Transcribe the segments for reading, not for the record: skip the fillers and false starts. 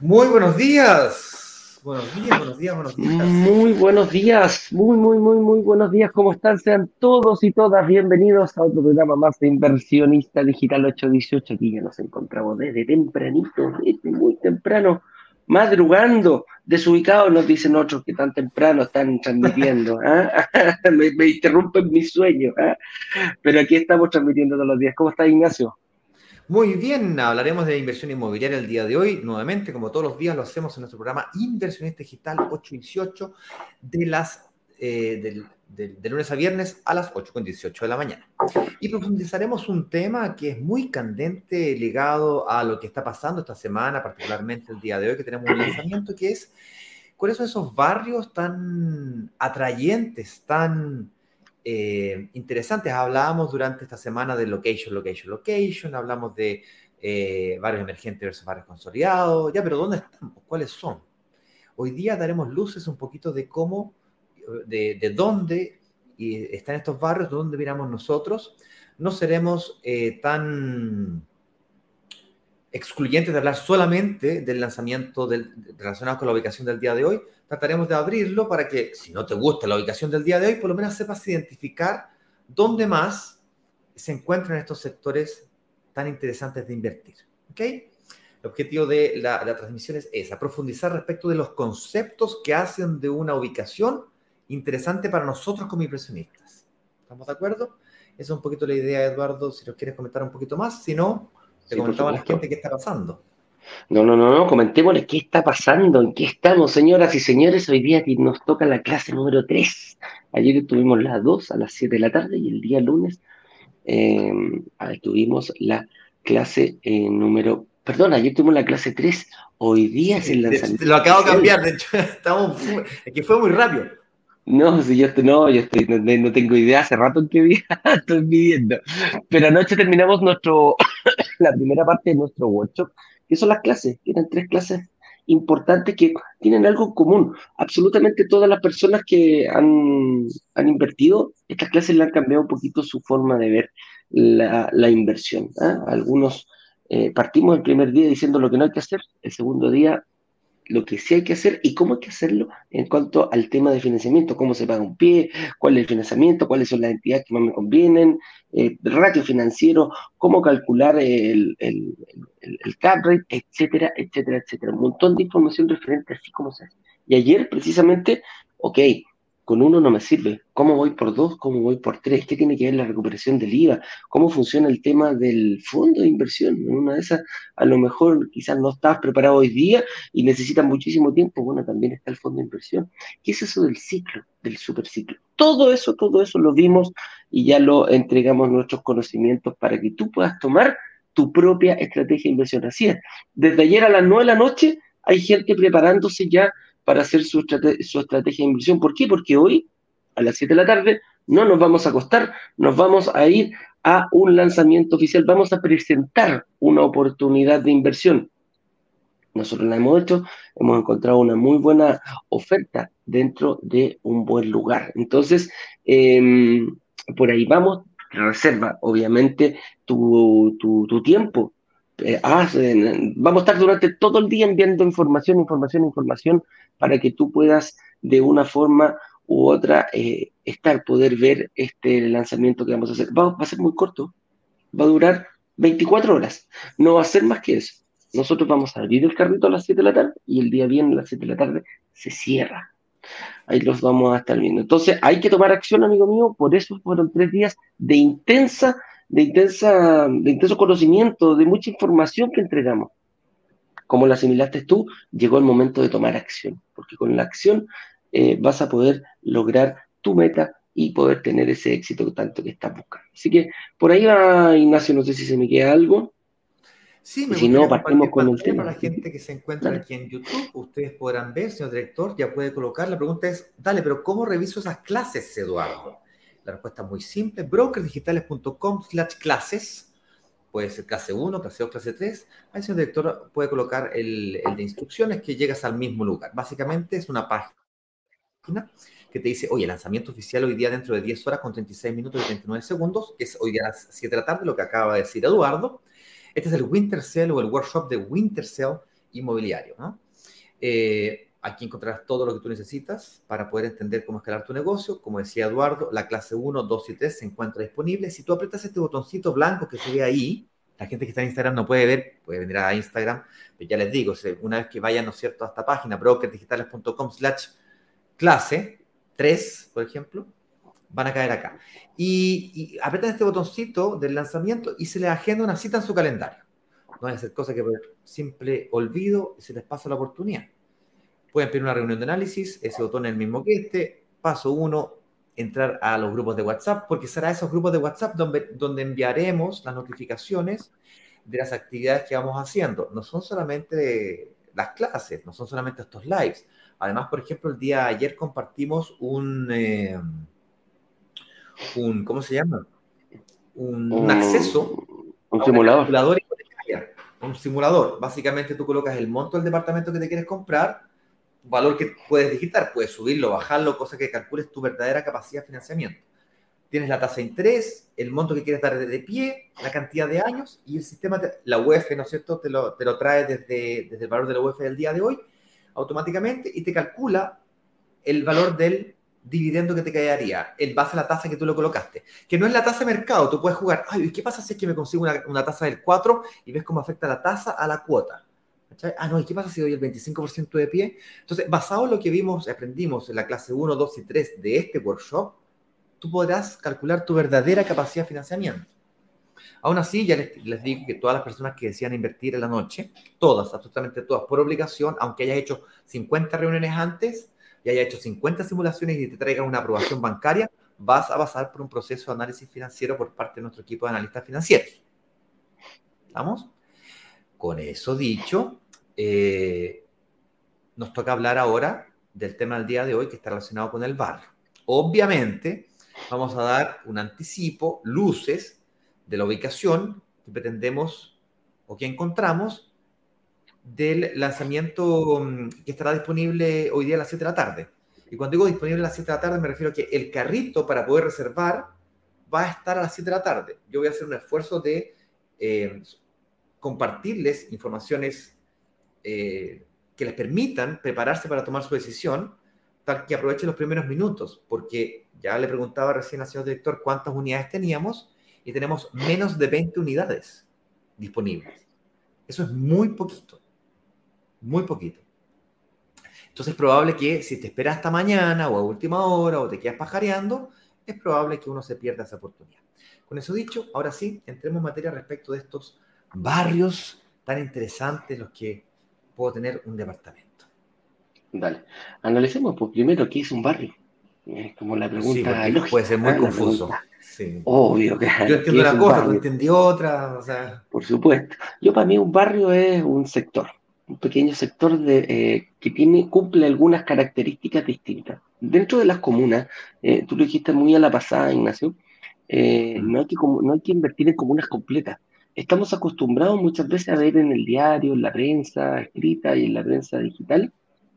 Muy buenos días. Buenos días, buenos días, buenos días. Muy buenos días, muy buenos días. ¿Cómo están? Sean todos y todas bienvenidos a otro programa más de Inversionista Digital 818. Aquí ya nos encontramos desde tempranito, desde muy temprano, madrugando, desubicados, nos dicen otros que tan temprano están transmitiendo. ¿Ah? Me interrumpen mi sueño, ¿ah? Pero aquí estamos transmitiendo todos los días. ¿Cómo está, Ignacio? Muy bien, hablaremos de inversión inmobiliaria el día de hoy. Nuevamente, como todos los días, lo hacemos en nuestro programa Inversionista Digital 818 de lunes a viernes a las 8:18 de la mañana. Y profundizaremos un tema que es muy candente ligado a lo que está pasando esta semana, particularmente el día de hoy, que tenemos un lanzamiento que es cuáles son esos barrios tan atrayentes, tan interesantes. Hablábamos durante esta semana de location, hablamos de barrios emergentes versus barrios consolidados, ya, pero ¿dónde están? ¿Cuáles son? Hoy día daremos luces un poquito de cómo, de dónde están estos barrios, de dónde miramos nosotros. No seremos tan excluyentes de hablar solamente del lanzamiento relacionado con la ubicación del día de hoy. Trataremos de abrirlo para que, si no te gusta la ubicación del día de hoy, por lo menos sepas identificar dónde más se encuentran estos sectores tan interesantes de invertir. ¿Ok? El objetivo de la transmisión es esa, profundizar respecto de los conceptos que hacen de una ubicación interesante para nosotros como inversionistas. ¿Estamos de acuerdo? Esa es un poquito la idea, Eduardo, si nos quieres comentar un poquito más. Si no, te Sí, por comentaba a la supuesto. gente qué está pasando. No, comentémosle qué está pasando, en qué estamos, señoras y señores. Hoy día que nos toca la clase número 3. Ayer tuvimos las 2 a las 7 de la tarde y el día lunes eh, tuvimos la clase ayer tuvimos la clase 3. Hoy día es Sí, el de hecho, lanzamiento lo acabo de oficial. cambiar, de hecho, es que fue muy rápido. No, si yo estoy, no, yo estoy, no tengo idea, hace rato en qué día estoy midiendo. Pero anoche terminamos la primera parte de nuestro workshop, que son las clases, que eran 3 clases importantes que tienen algo en común. Absolutamente todas las personas que han invertido, estas clases le han cambiado un poquito su forma de ver la inversión. ¿Ah? Algunos partimos el primer día diciendo lo que no hay que hacer, el segundo día lo que sí hay que hacer y cómo hay que hacerlo en cuanto al tema de financiamiento, cómo se paga un pie, cuál es el financiamiento, cuáles son las entidades que más me convienen, ratio financiero, cómo calcular el cap rate, etcétera, etcétera, etcétera. Un montón de información referente así como se hace. Y ayer precisamente, ok, con uno no me sirve. ¿Cómo voy por dos? ¿Cómo voy por tres? ¿Qué tiene que ver la recuperación del IVA? ¿Cómo funciona el tema del fondo de inversión? En una de esas, a lo mejor quizás no estás preparado hoy día y necesitan muchísimo tiempo, bueno, también está el fondo de inversión. ¿Qué es eso del ciclo, del superciclo? Todo eso lo vimos y ya lo entregamos nuestros conocimientos para que tú puedas tomar tu propia estrategia de inversión. Así es, desde ayer a las 9 de la noche hay gente preparándose ya para hacer su estrategia de inversión. ¿Por qué? Porque hoy, a las 7 de la tarde, no nos vamos a acostar, nos vamos a ir a un lanzamiento oficial, vamos a presentar una oportunidad de inversión. Nosotros la hemos hecho, hemos encontrado una muy buena oferta dentro de un buen lugar. Entonces, eh, por ahí vamos, reserva obviamente tu tiempo. Vamos a estar durante todo el día enviando información para que tú puedas de una forma u otra poder ver este lanzamiento que vamos a hacer. Va a ser muy corto, va a durar 24 horas. No va a ser más que eso. Nosotros vamos a abrir el carrito a las 7 de la tarde y el día viernes a las 7 de la tarde se cierra. Ahí los vamos a estar viendo. Entonces hay que tomar acción, amigo mío. Por eso fueron 3 días de intenso conocimiento, de mucha información que entregamos. Como la asimilaste tú, llegó el momento de tomar acción, porque con la acción vas a poder lograr tu meta y poder tener ese éxito tanto que estás buscando. Así que por ahí va, Ignacio, no sé si se me queda algo, Sí, y me si no, gustaría partimos compartir con el pantalla para tema. la gente que se encuentra Dale. aquí en YouTube. Ustedes podrán ver, señor director, ya puede colocar. La pregunta es, dale, pero ¿cómo reviso esas clases, Eduardo? La respuesta es muy simple, brokersdigitales.com/clases. Puede ser clase uno, clase 2, clase 3. Ahí el señor director puede colocar el de instrucciones que llegas al mismo lugar. Básicamente es una página que te dice, oye, lanzamiento oficial hoy día dentro de 10 horas con 36 minutos y 39 segundos, que es hoy día a las 7 de la tarde, lo que acaba de decir Eduardo. Este es el Winter Sale o el workshop de Winter Sale inmobiliario, ¿no? Aquí encontrarás todo lo que tú necesitas para poder entender cómo escalar tu negocio. Como decía Eduardo, la clase 1, 2 y 3 se encuentra disponible. Si tú aprietas este botoncito blanco que se ve ahí, la gente que está en Instagram no puede ver, puede venir a Instagram, pero ya les digo, una vez que vayan, ¿no es cierto?, a esta página, brokerdigitales.com/clase 3, por ejemplo, van a caer acá. Y apretan este botoncito del lanzamiento y se les agenda una cita en su calendario. No hay hacer cosas que por simple olvido se les pasa la oportunidad. Pueden pedir una reunión de análisis, ese botón es el mismo que este. Paso 1, entrar a los grupos de WhatsApp, porque será esos grupos de WhatsApp donde enviaremos las notificaciones de las actividades que vamos haciendo. No son solamente las clases, no son solamente estos lives. Además, por ejemplo, el día de ayer compartimos ¿cómo se llama? Un acceso Un a una simulador. calculadora hipotecaria, un simulador. Básicamente tú colocas el monto del departamento que te quieres comprar, valor que puedes digitar, puedes subirlo, bajarlo, cosa que calcules tu verdadera capacidad de financiamiento. Tienes la tasa de interés, el monto que quieres dar de pie, la cantidad de años y el sistema, la UEF, ¿no es cierto?, te lo trae desde el valor de la UEF del día de hoy automáticamente y te calcula el valor del dividendo que te quedaría en base a la tasa que tú lo colocaste. Que no es la tasa de mercado, tú puedes jugar, ay, ¿qué pasa si es que me consigo una tasa del 4 y ves cómo afecta la tasa a la cuota? ¿Cachai? Ah, no, ¿y qué pasa si doy el 25% de pie? Entonces, basado en lo que vimos, aprendimos en la clase 1, 2 y 3 de este workshop, tú podrás calcular tu verdadera capacidad de financiamiento. Aún así, ya les digo que todas las personas que decían invertir en la noche, todas, absolutamente todas, por obligación, aunque hayas hecho 50 reuniones antes y hayas hecho 50 simulaciones y te traigan una aprobación bancaria, vas a pasar por un proceso de análisis financiero por parte de nuestro equipo de analistas financieros. ¿Estamos? Con eso dicho, nos toca hablar ahora del tema del día de hoy que está relacionado con el barrio. Obviamente, vamos a dar un anticipo, luces de la ubicación que pretendemos o que encontramos del lanzamiento que estará disponible hoy día a las 7 de la tarde. Y cuando digo disponible a las 7 de la tarde me refiero a que el carrito para poder reservar va a estar a las 7 de la tarde. Yo voy a hacer un esfuerzo de compartirles informaciones que les permitan prepararse para tomar su decisión, tal que aprovechen los primeros minutos, porque ya le preguntaba recién al señor director cuántas unidades teníamos y tenemos menos de 20 unidades disponibles. Eso es muy poquito, muy poquito. Entonces es probable que si te esperas hasta mañana o a última hora o te quedas pajareando, es probable que uno se pierda esa oportunidad. Con eso dicho, ahora sí, entremos en materia respecto de estos barrios tan interesantes los que puedo tener un departamento. Dale. Analicemos, pues, primero, ¿qué es un barrio? Es como la Sí, pregunta porque puede lógica, ser muy ¿ah? La confuso. pregunta Sí. obvio, Yo ¿qué entiendo es una un cosa, tú barrio? entendí otra, o sea, Por supuesto. Yo para mí un barrio es un sector, un pequeño sector que cumple algunas características distintas. Dentro de las comunas, tú lo dijiste muy a la pasada, Ignacio, no hay que invertir en comunas completas. Estamos acostumbrados muchas veces a ver en el diario, en la prensa escrita y en la prensa digital,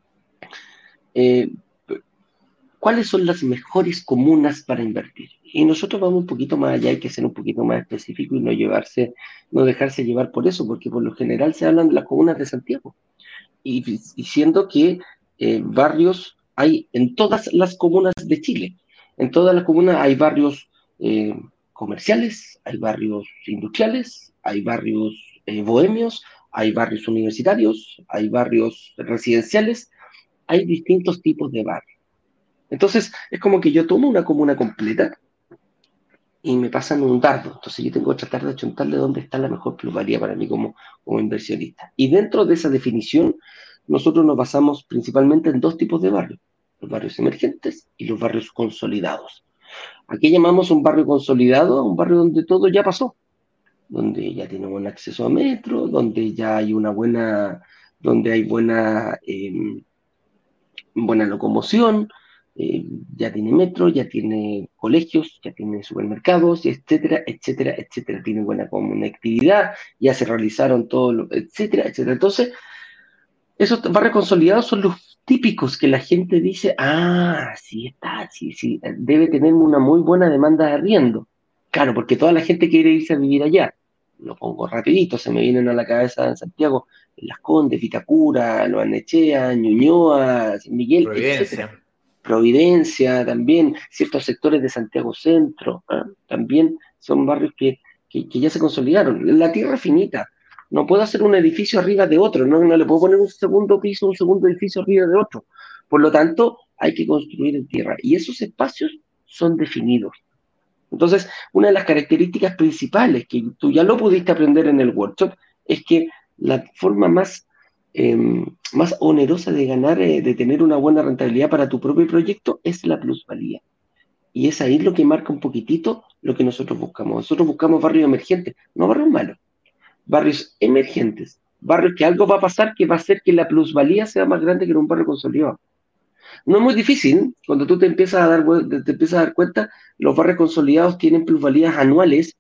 eh, ¿cuáles son las mejores comunas para invertir? Y nosotros vamos un poquito más allá, hay que ser un poquito más específico y no dejarse llevar por eso, porque por lo general se hablan de las comunas de Santiago, y diciendo que barrios hay en todas las comunas de Chile. En todas las comunas hay barrios eh, comerciales, hay barrios industriales, hay barrios bohemios, hay barrios universitarios, hay barrios residenciales, hay distintos tipos de barrios. Entonces, es como que yo tomo una comuna completa y me pasan un dardo. Entonces, yo tengo que tratar de achuntarle dónde está la mejor plusvalía para mí como inversionista. Y dentro de esa definición, nosotros nos basamos principalmente en dos tipos de barrios: los barrios emergentes y los barrios consolidados. Aquí llamamos un barrio consolidado a un barrio donde todo ya pasó, donde ya tiene buen acceso a metro, donde ya hay donde hay buena locomoción, eh, ya tiene metro, ya tiene colegios, ya tiene supermercados, etcétera, etcétera, etcétera. Tiene buena conectividad, ya se realizaron todo, etcétera, etcétera. Entonces, esos barrios consolidados son los típicos que la gente dice, ah, sí está, sí, sí, debe tener una muy buena demanda de arriendo. Claro, porque toda la gente quiere irse a vivir allá. lo pongo rapidito, se me vienen a la cabeza en Santiago, en Las Condes, Vitacura, Lo Barnechea, Ñuñoa, San Miguel, etcétera. Providencia. Providencia también, ciertos sectores de Santiago Centro, ¿ah? También son barrios que ya se consolidaron. La tierra es finita, no puedo hacer un edificio arriba de otro, no le puedo poner un segundo piso, un segundo edificio arriba de otro. Por lo tanto, hay que construir en tierra y esos espacios son definidos. Entonces, una de las características principales que tú ya lo pudiste aprender en el workshop es que la forma eh, más onerosa de ganar, de tener una buena rentabilidad para tu propio proyecto es la plusvalía. Y es ahí lo que marca un poquitito lo que nosotros buscamos. Nosotros buscamos barrios emergentes, no barrios malos, barrios emergentes, barrios que algo va a pasar que va a hacer que la plusvalía sea más grande que en un barrio consolidado. No es muy difícil, cuando tú te empiezas a dar cuenta, los barrios consolidados tienen plusvalías anuales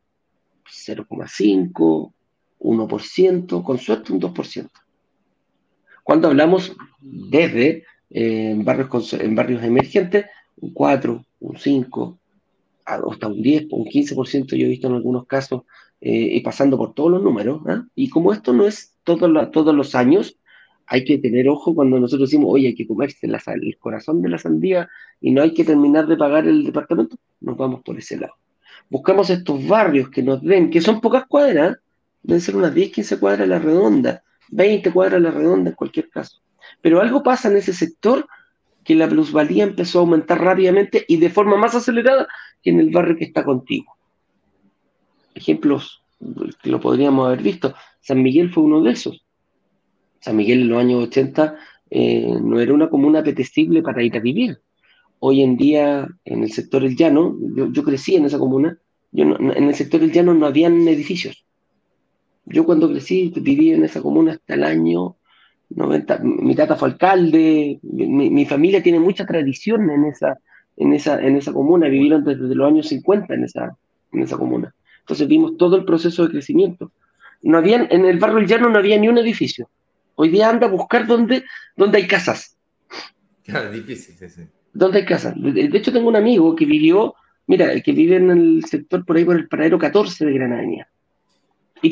0,5, 1%, con suerte un 2%. Cuando hablamos desde en barrios emergentes, un 4, un 5, hasta un 10, un 15%, yo he visto en algunos casos, y pasando por todos los números, ¿eh? Y como esto no es todos los años, hay que tener ojo cuando nosotros decimos, oye, hay que comerse el corazón de la sandía y no hay que terminar de pagar el departamento, nos vamos por ese lado. Buscamos estos barrios que nos den, que son pocas cuadras, ¿eh? Deben ser unas 10, 15 cuadras a la redonda, 20 cuadras a la redonda en cualquier caso. Pero algo pasa en ese sector que la plusvalía empezó a aumentar rápidamente y de forma más acelerada que en el barrio que está contigo. Ejemplos que lo podríamos haber visto. San Miguel fue uno de esos. San Miguel en los años 80 no era una comuna apetecible para ir a vivir. Hoy en día, en el sector El Llano, yo crecí en esa comuna, en el sector El Llano no habían edificios. Yo cuando crecí viví en esa comuna hasta el año 90. Mi tata fue alcalde, mi familia tiene mucha tradición en esa comuna, vivieron desde los años 50 en esa comuna. Entonces vimos todo el proceso de crecimiento. No habían, en el barrio El Llano no había ni un edificio. Hoy día anda a buscar dónde hay casas. Claro, difícil, sí, sí. ¿Dónde hay casas? De hecho, tengo un amigo que que vive en el sector por ahí por el paradero 14 de Granadilla. Y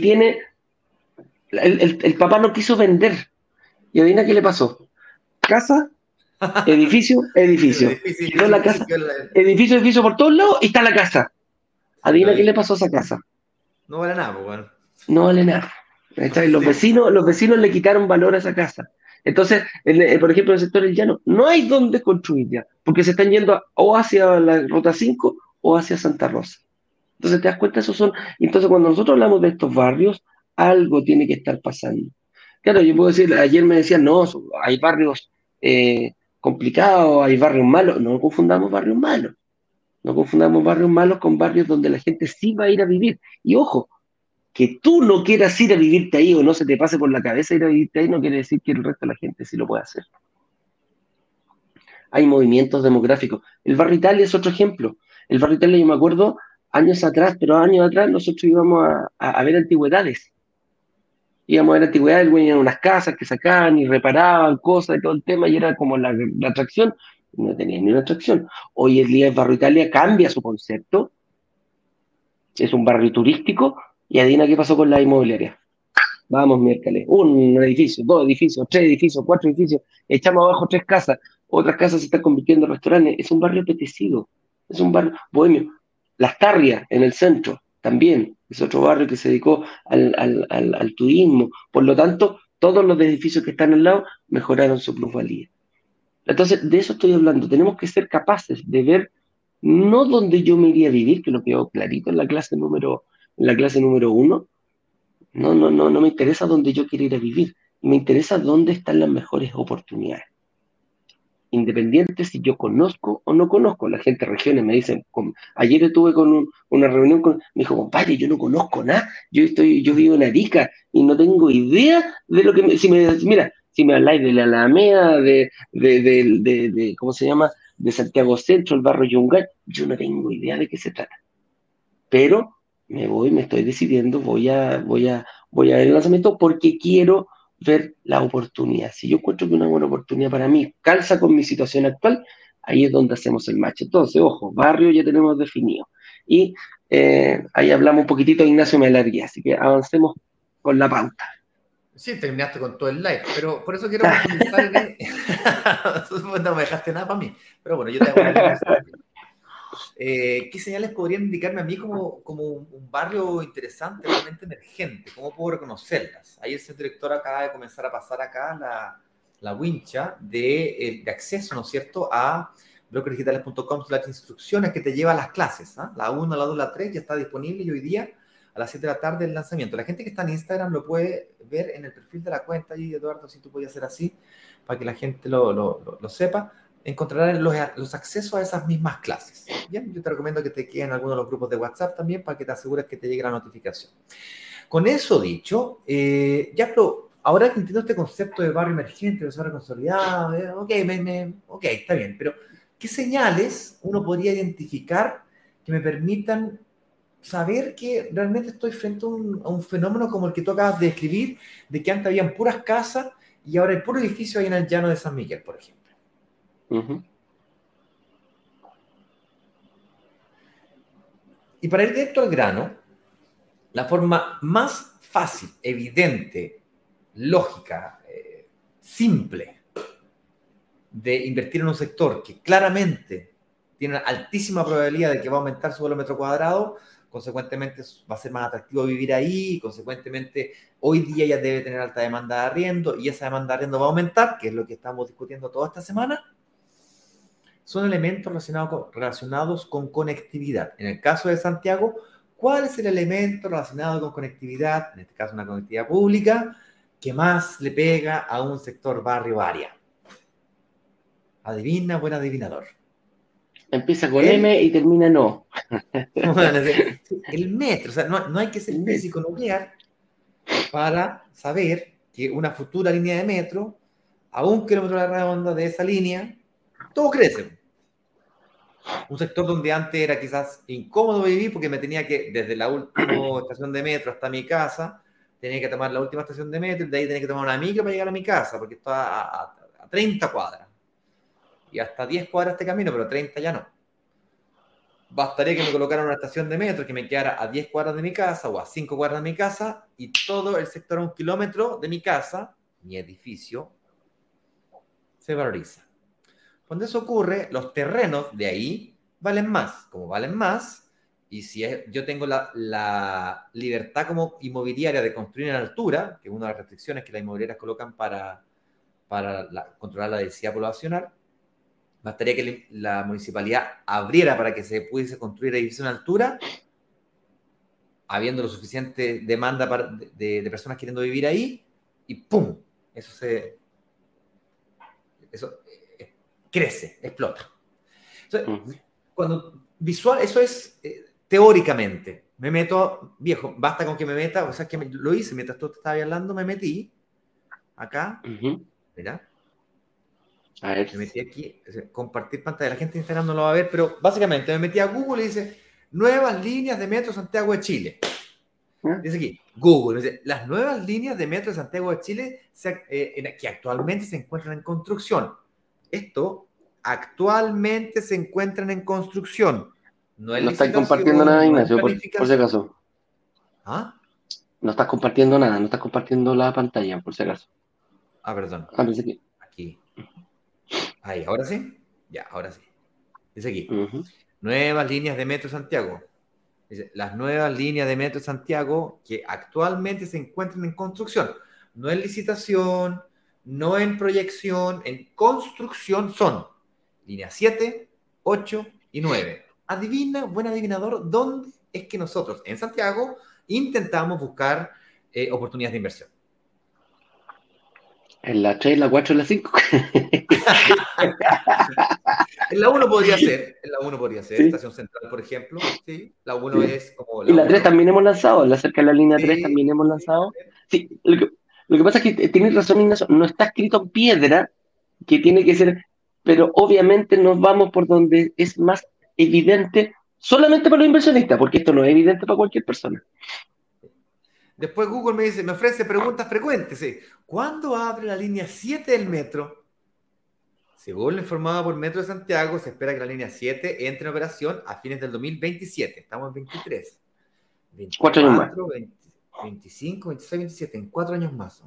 el papá no quiso vender. Y adivina qué le pasó. Casa, edificio, edificio. Difícil, Quedó difícil, la difícil casa, que edificio, edificio por todos lados y está la casa. sí, lo Adivina qué le dije. pasó a esa casa. No vale nada, pues bueno. No vale nada. ¿Cachai? Los Sí, vecinos le quitaron valor a esa casa. Entonces, por ejemplo, en el sector del llano, no hay dónde construir ya, porque se están yendo o hacia la Ruta 5 o hacia Santa Rosa. Entonces, te das cuenta, Entonces, cuando nosotros hablamos de estos barrios, algo tiene que estar pasando. Claro, yo puedo decir, ayer me decían, no, hay barrios complicados, hay barrios malos. No confundamos barrios malos. No confundamos barrios malos con barrios donde la gente sí va a ir a vivir. Y ojo, que tú no quieras ir a vivirte ahí o no se te pase por la cabeza ir a vivirte ahí, no quiere decir que el resto de la gente sí lo pueda hacer. Hay movimientos demográficos. El barrio Italia es otro ejemplo. El barrio Italia, yo me acuerdo, años atrás, nosotros íbamos a ver antigüedades. Íbamos a ver antigüedades, venían unas casas que sacaban y reparaban cosas y todo el tema, y era como la atracción. No tenía ni una atracción. Hoy en día el barrio Italia cambia su concepto, es un barrio turístico, y adivina qué pasó con la inmobiliaria. Vamos, miércoles. Un edificio, dos edificios, tres edificios, cuatro edificios. Echamos abajo tres casas. Otras casas se están convirtiendo en restaurantes. Es un barrio apetecido. Es un barrio bohemio. Las Tarrias, en el centro, también. Es otro barrio que se dedicó al turismo. Por lo tanto, todos los edificios que están al lado mejoraron su plusvalía. Entonces, de eso estoy hablando. Tenemos que ser capaces de ver no donde yo me iría a vivir, que lo quedó clarito en la clase número 1. No me interesa dónde yo quiero ir a vivir. Me interesa dónde están las mejores oportunidades. Independiente si yo conozco o no conozco. La gente de regiones me dicen, ayer estuve con una reunión me dijo, compadre, yo no conozco nada. Yo vivo en Arica y no tengo idea de lo que mira, si me habláis de la Alameda, ¿cómo se llama? De Santiago Centro, el barrio Yungay, yo no tengo idea de qué se trata. Pero me estoy decidiendo, voy a ver el lanzamiento porque quiero ver la oportunidad. Si yo encuentro que una buena oportunidad para mí calza con mi situación actual, ahí es donde hacemos el match. Entonces, ojo, barrio ya tenemos definido. y ahí hablamos un poquitito de Ignacio Melarguía, así que avancemos con la pauta. Sí, terminaste con todo el live, pero por eso quiero profundizar en... No me dejaste nada para mí, pero bueno, yo te hago la línea. ¿Qué señales podrían indicarme a mí como un barrio interesante, realmente emergente? ¿Cómo puedo reconocerlas? Ahí el señor director acaba de comenzar a pasar acá la wincha de acceso, ¿no es cierto?, a brokersdigitales.com/instrucciones que te lleva a las clases. ¿Ah? La 1, la 2, la 3 ya está disponible y hoy día a las 7 de la tarde el lanzamiento. La gente que está en Instagram lo puede ver en el perfil de la cuenta y Eduardo, si tú podías hacer así, para que la gente lo sepa, encontrarán los accesos a esas mismas clases. Bien, yo te recomiendo que te queden en algunos de los grupos de WhatsApp también para que te asegures que te llegue la notificación. Con eso dicho, ya, pero ahora que entiendo este concepto de barrio emergente, de zona consolidada, ok, está bien, pero ¿qué señales uno podría identificar que me permitan saber que realmente estoy frente a un fenómeno como el que tú acabas de describir, de que antes habían puras casas y ahora hay puro edificio ahí en el llano de San Miguel, por ejemplo? Uh-huh. Y para ir directo al grano, la forma más fácil, evidente, lógica, simple de invertir en un sector que claramente tiene una altísima probabilidad de que va a aumentar su valor metro cuadrado, consecuentemente va a ser más atractivo vivir ahí, consecuentemente hoy día ya debe tener alta demanda de arriendo y esa demanda de arriendo va a aumentar, que es lo que estamos discutiendo toda esta semana, son elementos relacionados con conectividad. En el caso de Santiago, ¿cuál es el elemento relacionado con conectividad, en este caso una conectividad pública, que más le pega a un sector barrio-área? Adivina, buen adivinador. Empieza con M y termina en O. El metro, o sea, no hay que ser físico nuclear para saber que una futura línea de metro, a 1 kilómetro de la redonda de esa línea, todo crece. Un sector donde antes era quizás incómodo vivir porque me tenía que, desde la última estación de metro hasta mi casa, tenía que tomar la última estación de metro y de ahí tenía que tomar una micro para llegar a mi casa, porque está a 30 cuadras. Y hasta 10 cuadras este camino, pero 30 ya no. Bastaría que me colocaran una estación de metro que me quedara a 10 cuadras de mi casa o a 5 cuadras de mi casa y todo el sector a 1 kilómetro de mi casa, mi edificio, se valoriza. Cuando eso ocurre, los terrenos de ahí valen más. Como valen más, y si yo tengo la libertad como inmobiliaria de construir en altura, que es una de las restricciones que las inmobiliarias colocan para controlar la densidad poblacional, bastaría que la municipalidad abriera para que se pudiese construir edificios en altura, habiendo lo suficiente demanda de personas queriendo vivir ahí, y ¡pum! Eso crece, explota. Entonces, cuando visual, eso es teóricamente. Me meto, viejo, basta con que me meta, o sea, que lo hice mientras tú estabas hablando, me metí acá, mira, A ver. me metí aquí, compartir pantalla, la gente de Instagram no lo va a ver, pero básicamente me metí a Google y dice, nuevas líneas de metro Santiago de Chile. Dice aquí, Google, dice, las nuevas líneas de metro de Santiago de Chile que actualmente se encuentran en construcción. Esto actualmente se encuentran en construcción. No es No estás licitación, compartiendo nada, no es Ignacio, por si planificación. acaso. ¿Ah? No estás compartiendo nada, no estás compartiendo la pantalla, por si acaso. Ah, perdón. Ah, pensé que... Aquí. Ahí, ¿ahora sí? Ya, ahora sí. Dice aquí, Uh-huh. nuevas líneas de metro Santiago. Dice, las nuevas líneas de metro Santiago que actualmente se encuentran en construcción. No en licitación, no en proyección, en construcción son líneas 7, 8 y 9. Adivina, buen adivinador, dónde es que nosotros en Santiago intentamos buscar oportunidades de inversión. En la 3, la 4 y la 5. En la 1 podría ser, Sí. Estación Central, por ejemplo. Sí, la 1 Sí. es como Y la la 3 1. también hemos lanzado, la cerca de la línea 3 Sí, también hemos sí, lanzado. Sí, lo que pasa es que tienes razón, Ignacio, no está escrito en piedra que tiene que ser, pero obviamente nos vamos por donde es más evidente solamente para los inversionistas, porque esto no es evidente para cualquier persona. después Google me dice, me ofrece preguntas frecuentes. ¿Sí? ¿Cuándo abre la línea 7 del metro? Según lo informado por Metro de Santiago, se espera que la línea 7 entre en operación a fines del 2027. Estamos en 23, 4 años más. 24, 20, 25, 26, 27, en 4 años más.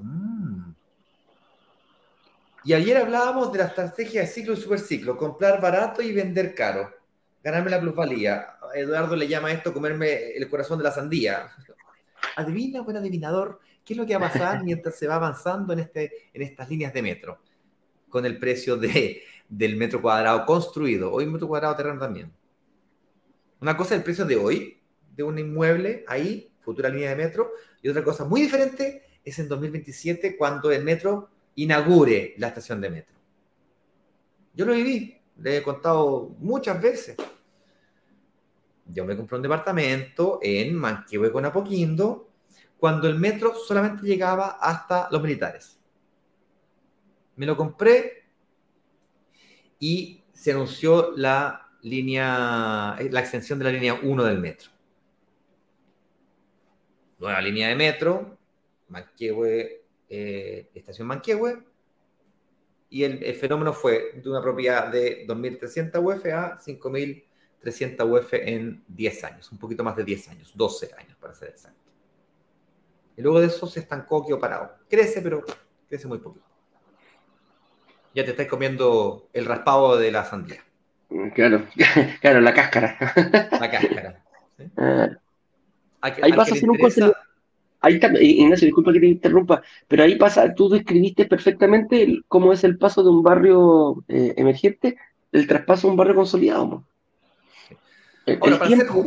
Y ayer hablábamos de la estrategia de ciclo y superciclo, comprar barato y vender caro, ganarme la plusvalía. Eduardo le llama a esto comerme el corazón de la sandía. Adivina, buen adivinador, qué es lo que va a pasar mientras se va avanzando en estas líneas de metro, con el precio del metro cuadrado construido. Hoy metro cuadrado terreno también. Una cosa es el precio de hoy, de un inmueble ahí, futura línea de metro, y otra cosa muy diferente es en 2027 cuando el metro inaugure la estación de metro. Yo lo viví, le he contado muchas veces. Yo me compré un departamento en Manquehue con Apoquindo cuando el metro solamente llegaba hasta Los Militares. Me lo compré y se anunció la extensión de la línea 1 del metro. Nueva línea de metro, Manquehue, estación Manquehue, y el fenómeno fue de una propiedad de 2.300 UF a 5.300 UF en 10 años, un poquito más de 10 años, 12 años para ser exacto. Y luego de eso se estancó, quedó parado. Crece, pero crece muy poquito. Ya te estás comiendo el raspado de la sandía. Claro, claro, la cáscara. La cáscara. ¿Sí? Ahí pasa a ser un consolidador. Ahí está, Ignacio, disculpa que te interrumpa, pero ahí pasa, tú describiste perfectamente cómo es el paso de un barrio emergente, el traspaso a un barrio consolidado. Ahora,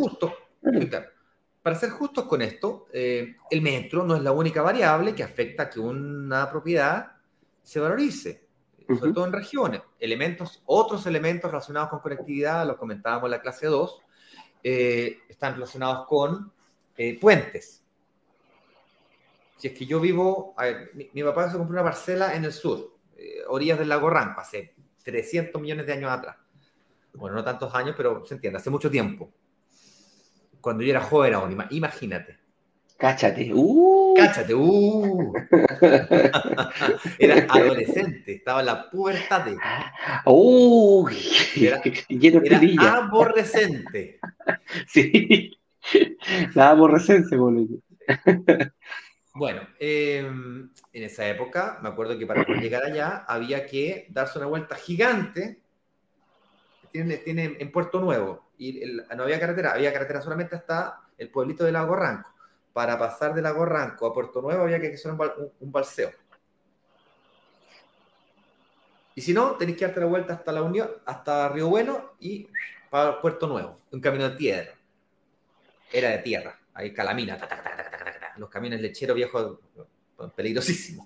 para ser justos con esto, el metro no es la única variable que afecta a que una propiedad se valorice, sobre todo en regiones. Otros elementos relacionados con conectividad, los comentábamos en la clase 2, están relacionados con puentes. Si es que yo vivo, mi papá se compró una parcela en el sur, orillas del lago Ranco, hace 300 millones de años atrás. Bueno, no tantos años, pero se entiende, hace mucho tiempo. Cuando yo era joven aún, imagínate. Cáchate. Cáchate. Era adolescente, estaba en la pubertad. Era aborrecente. Sí. La aborrecencia, boludo. Bueno, en esa época, me acuerdo que para poder llegar allá había que darse una vuelta gigante. Tiene en Puerto Nuevo, y no había carretera solamente hasta el pueblito de Lago Ranco. Para pasar de Lago Ranco a Puerto Nuevo había que hacer un balseo. Y si no, tenéis que darte la vuelta hasta la Unión, hasta Río Bueno y para Puerto Nuevo, un camino de tierra. Era de tierra, hay calamina, los camiones lecheros viejos, peligrosísimos.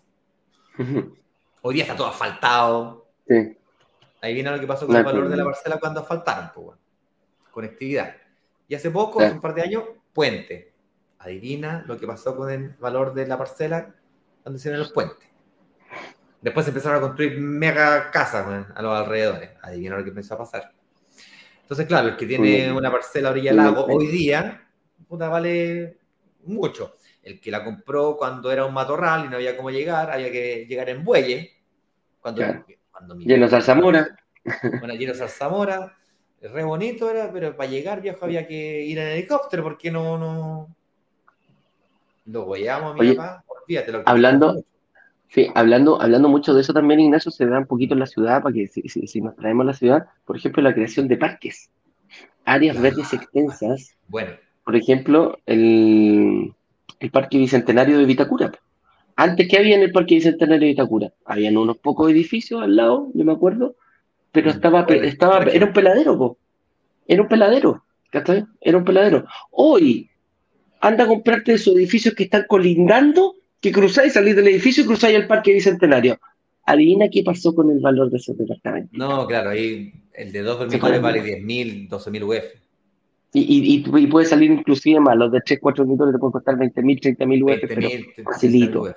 Hoy día está todo asfaltado. Sí. Ahí viene lo que pasó con el valor de la parcela cuando asfaltaron, pues, bueno. Conectividad. Y hace poco, hace un par de años, puente. Adivina lo que pasó con el valor de la parcela cuando hicieron los puentes. Después empezaron a construir mega casas, bueno, a los alrededores. Adivina lo que empezó a pasar. Entonces, claro, el que tiene una parcela a orilla del lago hoy día, puta, vale mucho. El que la compró cuando era un matorral y no había cómo llegar, había que llegar en bueye. Lleno de zarzamora. Bueno, lleno de zarzamora. Re bonito era, pero para llegar, viejo, había que ir en helicóptero porque no... Lo guayamos a mi papá. Olvídate lo que hablando mucho de eso también, Ignacio, se da un poquito en la ciudad, para que si nos traemos a la ciudad, por ejemplo, la creación de parques, áreas verdes extensas. Bueno. Por ejemplo, el Parque Bicentenario de Vitacura. Antes, ¿qué había en el Parque Bicentenario de Vitacura? Habían unos pocos edificios al lado, yo me acuerdo, pero era un peladero, po. Era un peladero, ¿cachai? Era un peladero. Hoy, anda a comprarte esos edificios que están colindando, que cruzáis, salís del edificio y cruzáis el Parque Bicentenario. Adivina qué pasó con el valor de esos departamentos. No, claro, ahí el de 2 dormitorios vale 10.000, 12.000 UF. Y puede salir inclusive más, los de 3, 4 dormitorios te pueden costar 20.000, 30.000 UF, pero facilito.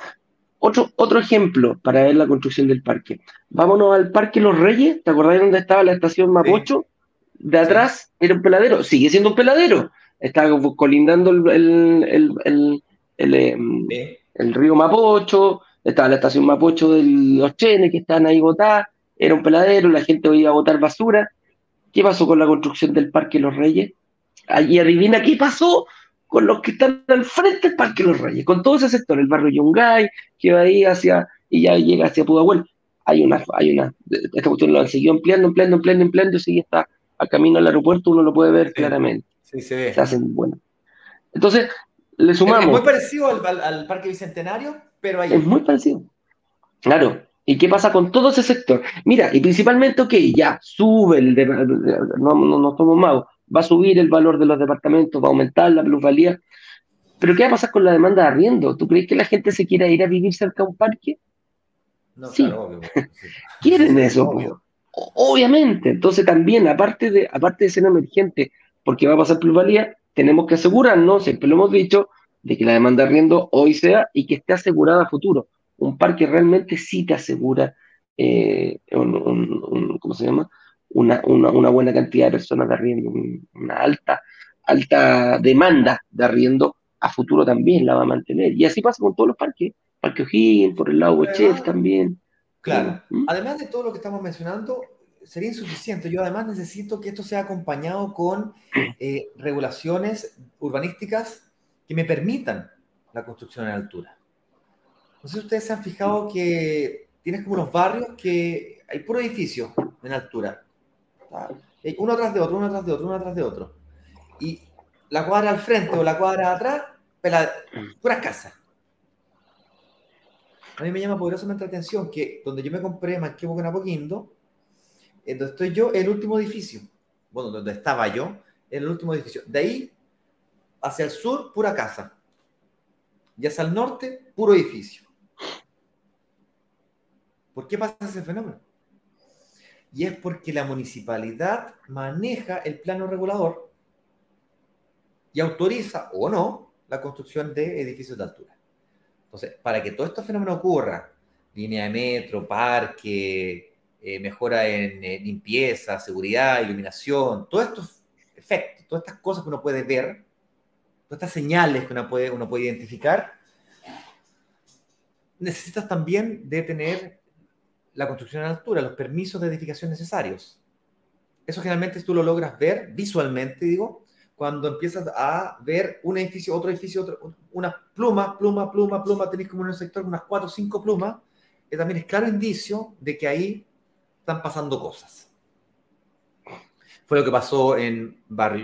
Otro ejemplo para ver la construcción del parque. Vámonos al Parque Los Reyes, ¿te acordás dónde estaba la estación Mapocho? Sí. De atrás era un peladero, sigue siendo un peladero. Estaba colindando el río Mapocho, estaba la estación Mapocho de los Chenes que están ahí botadas, era un peladero, la gente iba a botar basura. ¿Qué pasó con la construcción del Parque Los Reyes? Y adivina qué pasó con los que están al frente del Parque Los Reyes, con todo ese sector, el barrio Yungay, que va ahí y ya llega hacia Pudahuel. Esta cuestión lo han seguido ampliando, y sigue hasta al camino al aeropuerto, uno lo puede ver Sí, claramente. sí, se Se ve. hacen, bueno. Entonces, le Es muy sumamos, parecido al Parque Bicentenario, pero es allá. muy parecido. Claro. ¿Y qué pasa con todo ese sector? Mira, y principalmente, ok, ya sube no somos magos, va a subir el valor de los departamentos, va a aumentar la plusvalía, pero ¿qué va a pasar con la demanda de arriendo? ¿Tú crees que la gente se quiera ir a vivir cerca a un parque? No, claro, Sí, obvio. Sí, quieren sí, eso, obvio. po. Obviamente. Entonces también, aparte de ser emergente, porque va a pasar plusvalía, tenemos que asegurarnos, siempre lo hemos dicho, de que la demanda de arriendo hoy sea y que esté asegurada a futuro. Un parque realmente sí te asegura ¿cómo se llama? Una buena cantidad de personas de arriendo, una alta demanda de arriendo a futuro también la va a mantener. Y así pasa con todos los parques. Parque O'Higgins, por el lado Pero Bochef además, también. claro, Tenemos. ¿Mm? además de todo lo que estamos mencionando, sería insuficiente. Yo además necesito que esto sea acompañado con regulaciones urbanísticas que me permitan la construcción en altura. No sé si ustedes se han fijado que tienes como unos barrios que hay puro edificio en altura. ¿Tá? Y hay uno atrás de otro, uno atrás de otro, uno atrás de otro. Y la cuadra al frente o la cuadra atrás, puras casas. A mí me llama poderosamente la atención que donde yo me compré Manquehue con Apoquindo, donde estoy yo, el último edificio. Bueno, donde estaba yo, el último edificio. De ahí hacia el sur, pura casa. Y hacia el norte, puro edificio. ¿Por qué pasa ese fenómeno? Y es porque la municipalidad maneja el plano regulador y autoriza o no la construcción de edificios de altura. Entonces, para que todo este fenómeno ocurra, línea de metro, parque, mejora en limpieza, seguridad, iluminación, todos estos efectos, todas estas cosas que uno puede ver, todas estas señales que uno puede identificar, necesitas también de tener la construcción a altura, los permisos de edificación necesarios. Eso generalmente tú lo logras ver visualmente, digo, cuando empiezas a ver un edificio, otro, una pluma, tenés como en un sector unas 4 o 5 plumas, que también es claro indicio de que ahí están pasando cosas. Fue lo que pasó en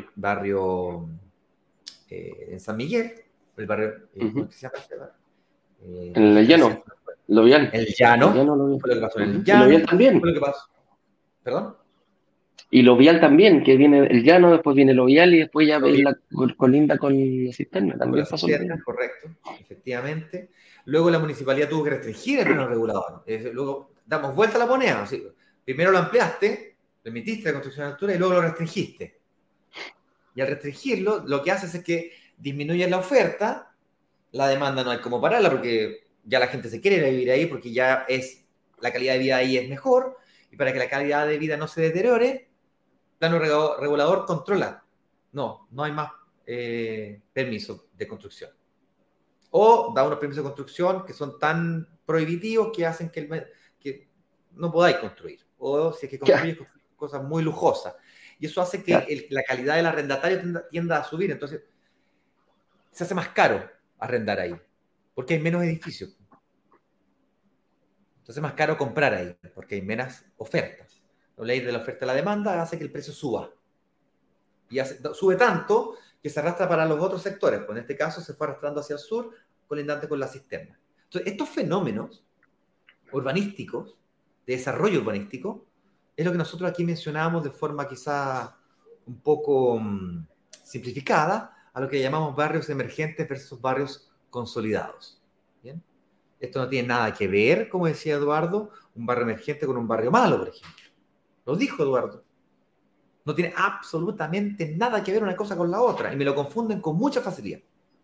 en San Miguel, el barrio, ¿cómo Ujú. es que se llama ese barrio? En el Dijiste recién, llano, lo vial. el El llano, llano lo vial. fue lo que pasó en el Ujú. Y lo vial llano, fue también. lo que pasó, perdón, Y lo vial también, que viene el llano, después viene lo vial y después ya lo ves vi colinda con la cisterna. con También la pasó lo cisterna, mismo. correcto, efectivamente. Luego la municipalidad tuvo que restringir el plano regulador. Luego damos vuelta a la moneda. Así, primero lo ampliaste, permitiste la construcción de altura y luego lo restringiste. Y al restringirlo, lo que haces es que disminuyes la oferta, la demanda no hay como pararla porque ya la gente se quiere ir a vivir ahí porque la calidad de vida ahí es mejor y para que la calidad de vida no se deteriore, el plano regulador controla. No hay más permiso de construcción. O da unos permisos de construcción que son tan prohibitivos que hacen que no podáis construir. O si es que Ya, construyes cosas muy lujosas. Y eso hace que ya. la calidad del arrendatario tienda a subir. Entonces, se hace más caro arrendar ahí, porque hay menos edificios. Entonces, es más caro comprar ahí, porque hay menos ofertas. La ley de la oferta y la demanda hace que el precio suba. Y sube tanto que se arrastra para los otros sectores. Pues en este caso se fue arrastrando hacia el sur, colindante con la cisterna. Entonces, estos fenómenos urbanísticos, de desarrollo urbanístico, es lo que nosotros aquí mencionamos de forma quizá un poco simplificada a lo que llamamos barrios emergentes versus barrios consolidados. ¿Bien? Esto no tiene nada que ver, como decía Eduardo, un barrio emergente con un barrio malo, por ejemplo. Lo dijo Eduardo. No tiene absolutamente nada que ver una cosa con la otra y me lo confunden con mucha facilidad.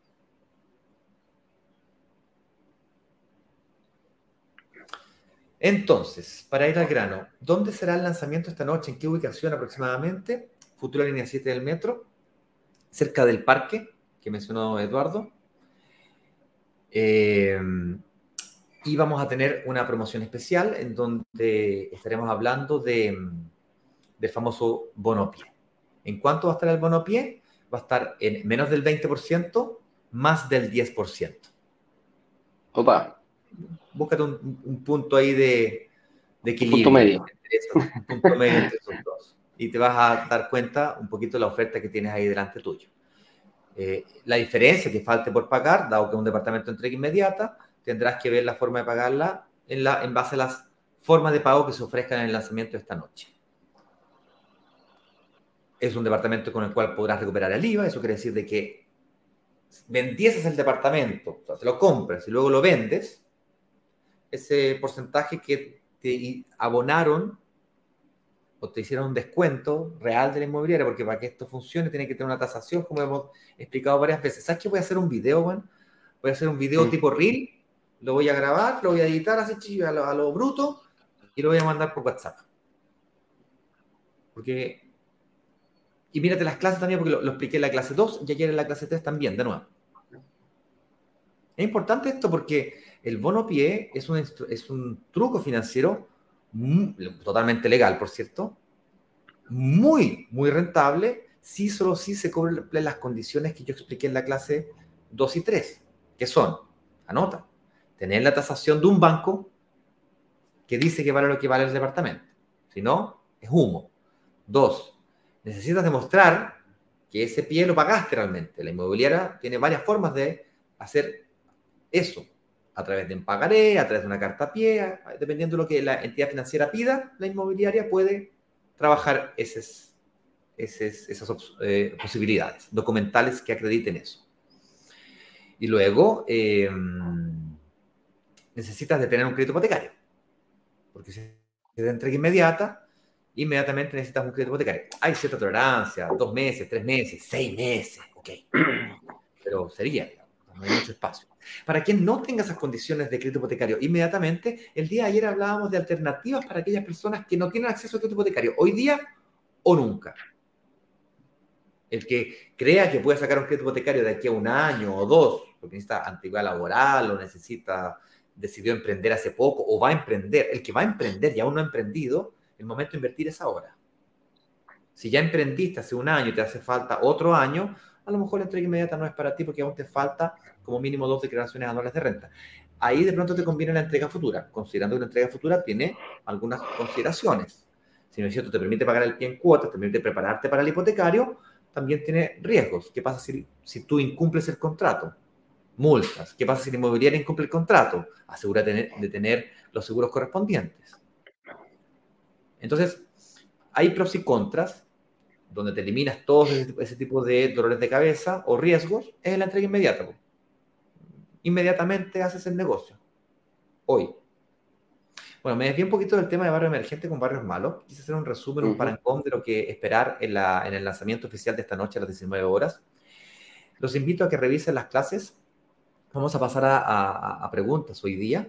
Entonces, para ir al grano, ¿dónde será el lanzamiento esta noche? ¿En qué ubicación aproximadamente? Futura línea 7 del metro, cerca del parque que mencionó Eduardo. Eh, Y vamos a tener una promoción especial en donde estaremos hablando del famoso bono pie. ¿En cuánto va a estar el bono pie? Va a estar en menos del 20%, más del 10%. Opa, Búscate un punto ahí de un punto equilibrio, medio. un punto medio entre esos dos. Y te vas a dar cuenta un poquito de la oferta que tienes ahí delante tuyo. La diferencia que falte por pagar, dado que es un departamento de entrega inmediata, tendrás que ver la forma de pagarla en base a las formas de pago que se ofrezcan en el lanzamiento de esta noche. Es un departamento con el cual podrás recuperar el IVA, eso quiere decir de que vendieses el departamento, o sea, te lo compras y luego lo vendes, ese porcentaje que te abonaron o te hicieron un descuento real de la inmobiliaria, porque para que esto funcione tiene que tener una tasación, como hemos explicado varias veces. ¿Sabes qué? Voy a hacer un video, Juan. Voy a hacer un video tipo reel, lo voy a grabar, lo voy a editar así a lo bruto y lo voy a mandar por WhatsApp. Porque... Y mírate las clases también, porque lo expliqué en la clase 2 y ayer en la clase 3 también, de nuevo. Es importante esto porque el bono pie es un truco financiero totalmente legal, por cierto, muy, muy rentable, si solo si se cumplen las condiciones que yo expliqué en la clase 2 y 3, que son, anota, tener la tasación de un banco que dice que vale lo que vale el departamento. Si no, es humo. 2, necesitas demostrar que ese pie lo pagaste realmente. La inmobiliaria tiene varias formas de hacer eso, a través de un pagaré, a través de una carta a pie, dependiendo de lo que la entidad financiera pida, la inmobiliaria puede trabajar esas posibilidades documentales que acrediten eso. Y luego necesitas de tener un crédito hipotecario, porque si es de entrega inmediata, inmediatamente necesitas un crédito hipotecario. Hay cierta tolerancia, 2 meses, 3 meses, 6 meses, ok, pero sería, digamos, no hay mucho espacio. Para quien no tenga esas condiciones de crédito hipotecario inmediatamente, el día de ayer hablábamos de alternativas para aquellas personas que no tienen acceso al crédito hipotecario, hoy día o nunca. El que crea que puede sacar un crédito hipotecario de aquí a un año o 2, porque necesita antigüedad laboral o decidió emprender hace poco o va a emprender, el que va a emprender y aún no ha emprendido, el momento de invertir es ahora. Si ya emprendiste hace un año y te hace falta otro año, a lo mejor la entrega inmediata no es para ti porque aún te falta como mínimo 2 declaraciones anuales de renta. Ahí de pronto te conviene la entrega futura, considerando que la entrega futura tiene algunas consideraciones. Si no es cierto, te permite pagar el pie en cuotas, te permite prepararte para el hipotecario, también tiene riesgos. ¿Qué pasa si tú incumples el contrato? Multas. ¿Qué pasa si la inmobiliaria incumple el contrato? Asegúrate de tener los seguros correspondientes. Entonces, hay pros y contras, donde te eliminas todo ese tipo de dolores de cabeza o riesgos, es la entrega inmediata. Inmediatamente haces el negocio. Hoy. Bueno, me desvié un poquito del tema de barrio emergente con barrios malos. Quise hacer un resumen, un parangón de lo que esperar en el lanzamiento oficial de esta noche a las 19 horas. Los invito a que revisen las clases. Vamos a pasar a preguntas hoy día,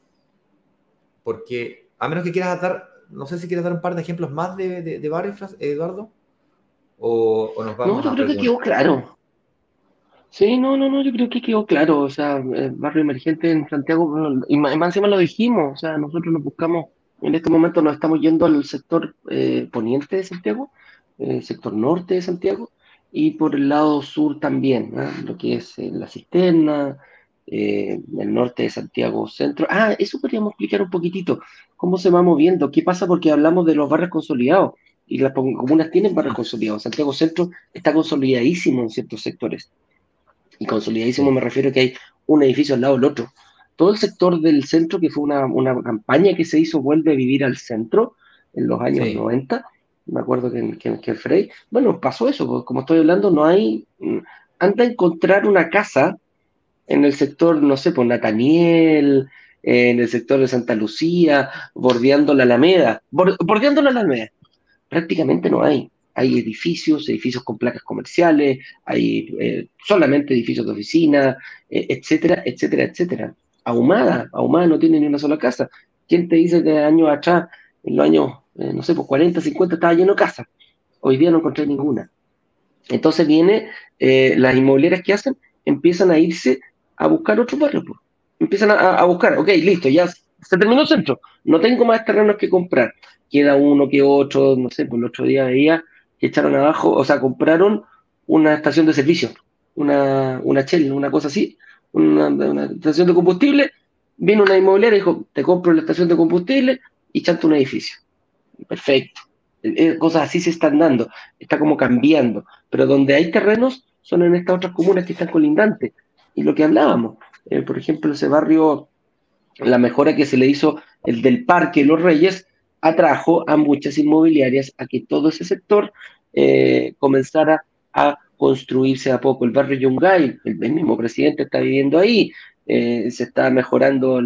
porque a menos que quieras dar, no sé si quieres dar un par de ejemplos más de barrios, Eduardo, o nos No, vamos yo a creo que quedó preguntas. claro. Sí, no, yo creo que quedó claro. O sea, barrio emergente en Santiago, bueno, y más encima lo dijimos. O sea, nosotros nos buscamos, en este momento nos estamos yendo al sector poniente de Santiago, sector norte de Santiago, y por el lado sur también, ¿no? Lo que es la Cisterna, el norte de Santiago centro. Ah, eso podríamos explicar un poquitito. ¿Cómo se va moviendo? ¿Qué pasa? Porque hablamos de los barrios consolidados. Y las comunas tienen barrios consolidados. Santiago Centro está consolidadísimo en ciertos sectores. Y consolidadísimo Sí, me refiero a que hay un edificio al lado del otro. Todo el sector del centro, que fue una campaña que se hizo, vuelve a vivir al centro en los años sí, 90. Me acuerdo que Frey, bueno, pasó eso, porque como estoy hablando, no hay, anda a encontrar una casa en el sector, no sé, por Nataniel, en el sector de Santa Lucía, bordeando la Alameda, bordeando la Alameda prácticamente no hay. Hay edificios, edificios con placas comerciales, hay solamente edificios de oficina, etcétera, etcétera, etcétera. Ahumada no tiene ni una sola casa. ¿Quién te dice que años atrás, en los años, no sé, pues 40, 50, estaba lleno de casas? Hoy día no encontré ninguna. Entonces viene, las inmobiliarias que hacen, empiezan a irse a buscar otros barrios, pues. empiezan a buscar, ok, listo, ya se terminó el centro, no tengo más terrenos que comprar, queda uno que otro, no sé, por el otro día veía que echaron abajo, o sea, compraron una estación de servicio, una Shell, una cosa así, una estación de combustible, vino una inmobiliaria y dijo, te compro la estación de combustible y chanta un edificio. Perfecto. Cosas así se están dando, está como cambiando, pero donde hay terrenos son en estas otras comunas que están colindantes. Y lo que hablábamos, por ejemplo, ese barrio, la mejora que se le hizo, el del Parque Los Reyes, atrajo a muchas inmobiliarias a que todo ese sector comenzara a construirse a poco. El barrio Yungay, el mismo presidente está viviendo ahí, se está mejorando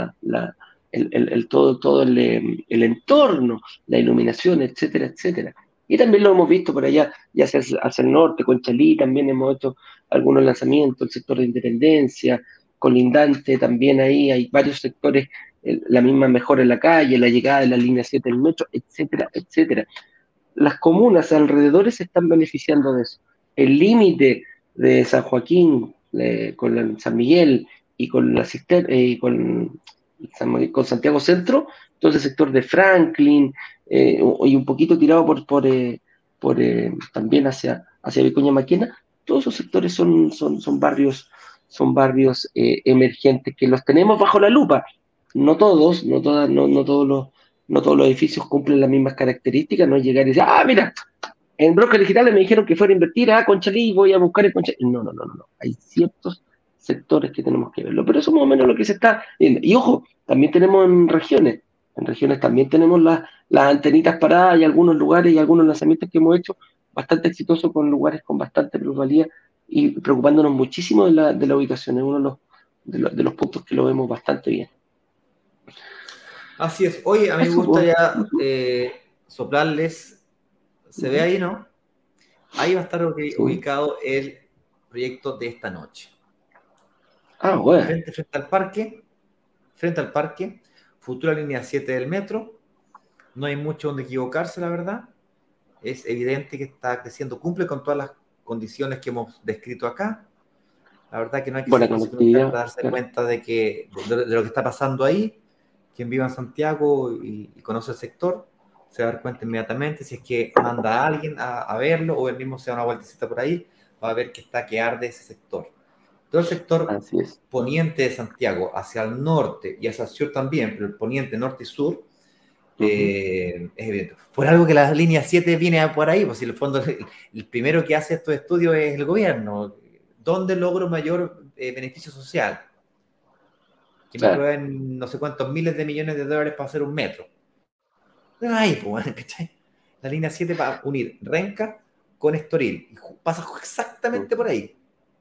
todo el entorno, la iluminación, etcétera, etcétera. Y también lo hemos visto por allá, ya sea hacia el norte, Conchalí, también hemos hecho algunos lanzamientos, el sector de Independencia, colindante también ahí, hay varios sectores, la misma mejora en la calle, la llegada de la línea 7 del metro, etcétera, etcétera. Las comunas alrededores se están beneficiando de eso. El límite de San Joaquín San Miguel y con con Santiago Centro, todo ese sector de Franklin y un poquito tirado también hacia Vicuña Maquena, todos esos sectores son barrios emergentes que los tenemos bajo la lupa. No todos, no todos los edificios cumplen las mismas características, no es llegar y decir, mira, en brokers digitales me dijeron que fuera a invertir a Conchalí, voy a buscar en Conchalí. No. Hay ciertos sectores que tenemos que verlo, pero eso es más o menos lo que se está viendo. Y ojo, también tenemos en regiones también tenemos las antenitas paradas y algunos lugares y algunos lanzamientos que hemos hecho bastante exitosos con lugares con bastante plusvalía y preocupándonos muchísimo de la ubicación. Es uno de los puntos que lo vemos bastante bien. Así es. Oye, a mí me gustaría soplarles. ¿Se ve ahí, no? Ahí va a estar ubicado el proyecto de esta noche. Bueno. Frente al parque, futura línea 7 del metro. No hay mucho donde equivocarse, la verdad. Es evidente que está creciendo, cumple con todas las condiciones que hemos descrito acá. La verdad que no hay que ser psicológico para darse cuenta de lo que está pasando ahí. Quien viva en Santiago y conoce el sector se va a dar cuenta inmediatamente. Si es que manda a alguien a verlo o él mismo se da una vueltecita por ahí, va a ver que arde ese sector. Todo el sector poniente de Santiago hacia el norte y hacia el sur también, pero el poniente, norte y sur, es evidente. Por algo que la línea 7 viene por ahí, pues si en el fondo el primero que hace estos estudios es el gobierno. ¿Dónde logro mayor beneficio social? Que me prueben no sé cuántos miles de millones de dólares para hacer un metro. No hay, pues, ¿cachai? La línea 7 va a unir Renca con Estoril. Y pasa exactamente por ahí.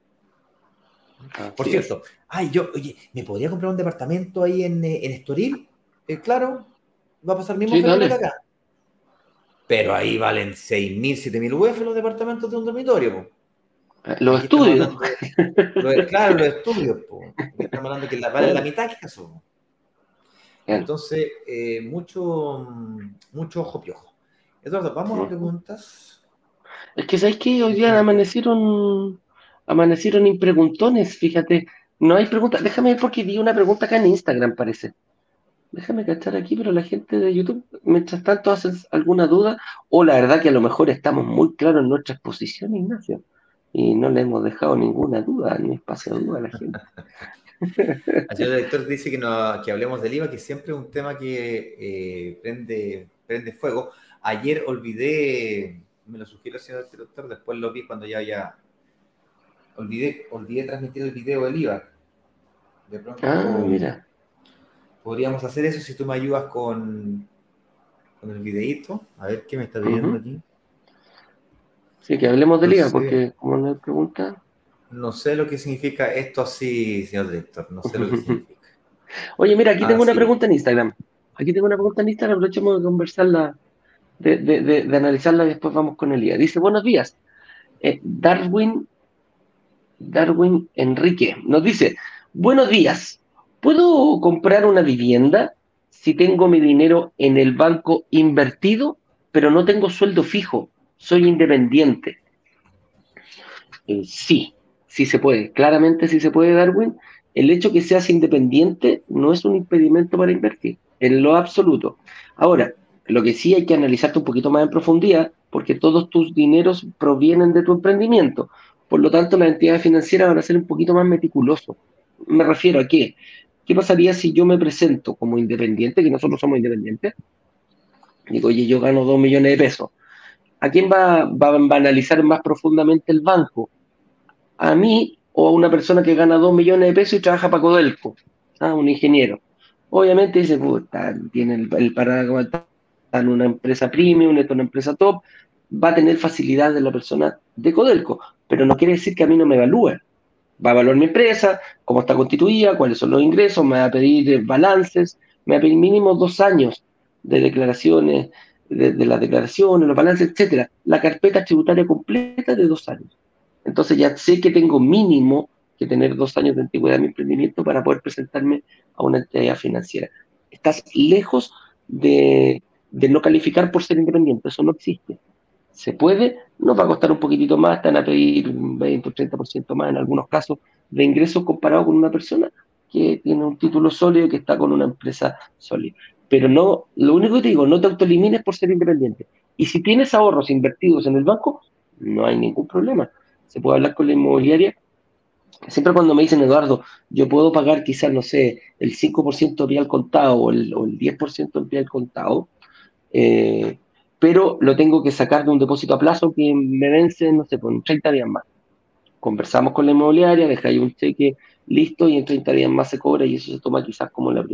Por cierto, oye, ¿me podría comprar un departamento ahí en Estoril? Claro, va a pasar el mismo fenómeno que acá. Pero ahí valen 6.000, 7.000 UF los departamentos de un dormitorio, po. Los estudios. Claro, los estudios, po. Estamos hablando que valen la mitad que eso. Entonces, mucho ojo piojo. Eduardo, vamos a preguntas. Es que ¿sabes qué? Hoy día amanecieron impreguntones, fíjate. No hay preguntas. Déjame ver porque vi una pregunta acá en Instagram, parece. Déjame cachar aquí, pero la gente de YouTube, mientras tanto, hacen alguna duda, o la verdad que a lo mejor estamos muy claros en nuestra exposición, Ignacio, y no le hemos dejado ninguna duda, ni espacio de duda a la gente. El señor director dice que hablemos del IVA, que siempre es un tema que prende fuego. Ayer olvidé, me lo sugirió el señor director, después lo vi cuando ya olvidé transmitir el video del IVA. De pronto, mira. Podríamos hacer eso si tú me ayudas con el videíto. A ver qué me está pidiendo aquí. Sí, que hablemos del IVA, porque como le pregunta. No sé lo que significa esto así, señor director. No sé lo que significa. Oye, mira, aquí tengo una pregunta en Instagram. Aprovechemos de conversarla, de analizarla y después vamos con el IVA. Dice, buenos días. Darwin Enrique nos dice, buenos días. ¿Puedo comprar una vivienda si tengo mi dinero en el banco invertido, pero no tengo sueldo fijo? Soy independiente. Sí, sí se puede, claramente sí se puede, Darwin. El hecho que seas independiente no es un impedimento para invertir, en lo absoluto. Ahora, lo que sí hay que analizarte un poquito más en profundidad, porque todos tus dineros provienen de tu emprendimiento. Por lo tanto, las entidades financieras van a ser un poquito más meticulosos. Me refiero a ¿qué pasaría si yo me presento como independiente, que nosotros somos independientes? Digo, oye, yo gano 2 millones de pesos. ¿A quién va a analizar más profundamente el banco? ¿A mí o a una persona que gana 2 millones de pesos y trabaja para Codelco? Un ingeniero. Obviamente dice, puta, tiene el paraguas, está en una empresa premium, está en una empresa top, va a tener facilidad de la persona de Codelco, pero no quiere decir que a mí no me evalúe. Va a evaluar mi empresa, cómo está constituida, cuáles son los ingresos, me va a pedir balances, me va a pedir mínimo 2 años de declaraciones, de las declaraciones, los balances, etcétera. La carpeta tributaria completa de 2 años. Entonces ya sé que tengo mínimo que tener 2 años de antigüedad en mi emprendimiento para poder presentarme a una entidad financiera. Estás lejos de no calificar por ser independiente, eso no existe. Se puede, nos va a costar un poquitito más, están a pedir un 20 o 30% más en algunos casos de ingresos comparado con una persona que tiene un título sólido, que está con una empresa sólida. Pero no, lo único que te digo, no te autoelimines por ser independiente. Y si tienes ahorros invertidos en el banco, no hay ningún problema. Se puede hablar con la inmobiliaria. Siempre cuando me dicen, Eduardo, yo puedo pagar quizás, no sé, el 5% vía al contado o el 10% vía al contado, eh, pero lo tengo que sacar de un depósito a plazo que me vence, no sé, por 30 días más. Conversamos con la inmobiliaria, dejáis un cheque listo y en 30 días más se cobra y eso se toma quizás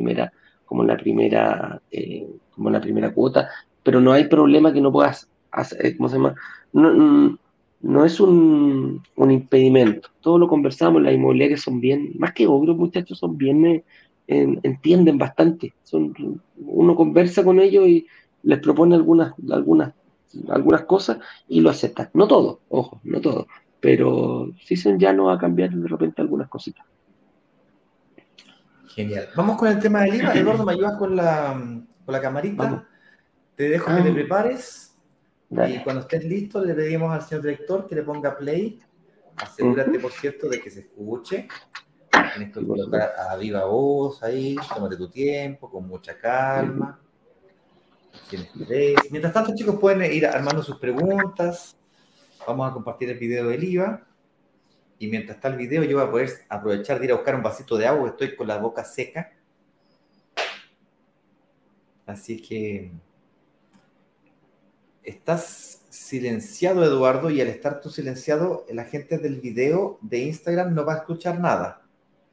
como la primera cuota, pero no hay problema que no puedas hacer, ¿cómo se llama? No, no es un impedimento. Todo lo conversamos, las inmobiliarias son bien, más que obvios muchachos, son bien, entienden bastante. Uno conversa con ellos y les propone algunas cosas y lo aceptan. No todo, ojo, no todo, pero sí son ya no va a cambiar de repente algunas cositas. Genial. Vamos con el tema del IVA. Eduardo, ¿me ayudas con la Vamos. camarita? Te dejo que te Ah, prepares y dale. cuando estés listo le pedimos al señor director que le ponga play. Asegúrate, Ujú. por cierto, de que se escuche. Tienes que Sí, por colocar supuesto. a viva voz ahí, tómate tu tiempo, con mucha Ujú. calma, sin estrés. Mientras tanto, chicos, pueden ir armando sus preguntas. Vamos a compartir el video del IVA. Y mientras está el video, yo voy a poder aprovechar de ir a buscar un vasito de agua, que estoy con la boca seca. Así que estás silenciado, Eduardo, y al estar tú silenciado, la gente del video de Instagram no va a escuchar nada.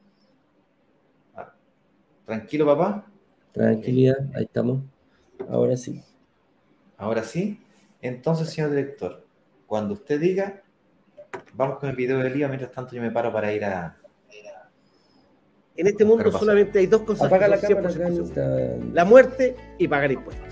Tranquilo, papá. Okay. Tranquilidad, ahí estamos. Ahora sí. Ahora sí. Entonces, señor director, cuando usted diga, vamos con el video del IVA. Mientras tanto, yo me paro para ir a En este buscar mundo un vaso de agua. solamente hay dos cosas Apaga que la son cámara 100% acá en seguras: esta. la muerte y pagar impuestos.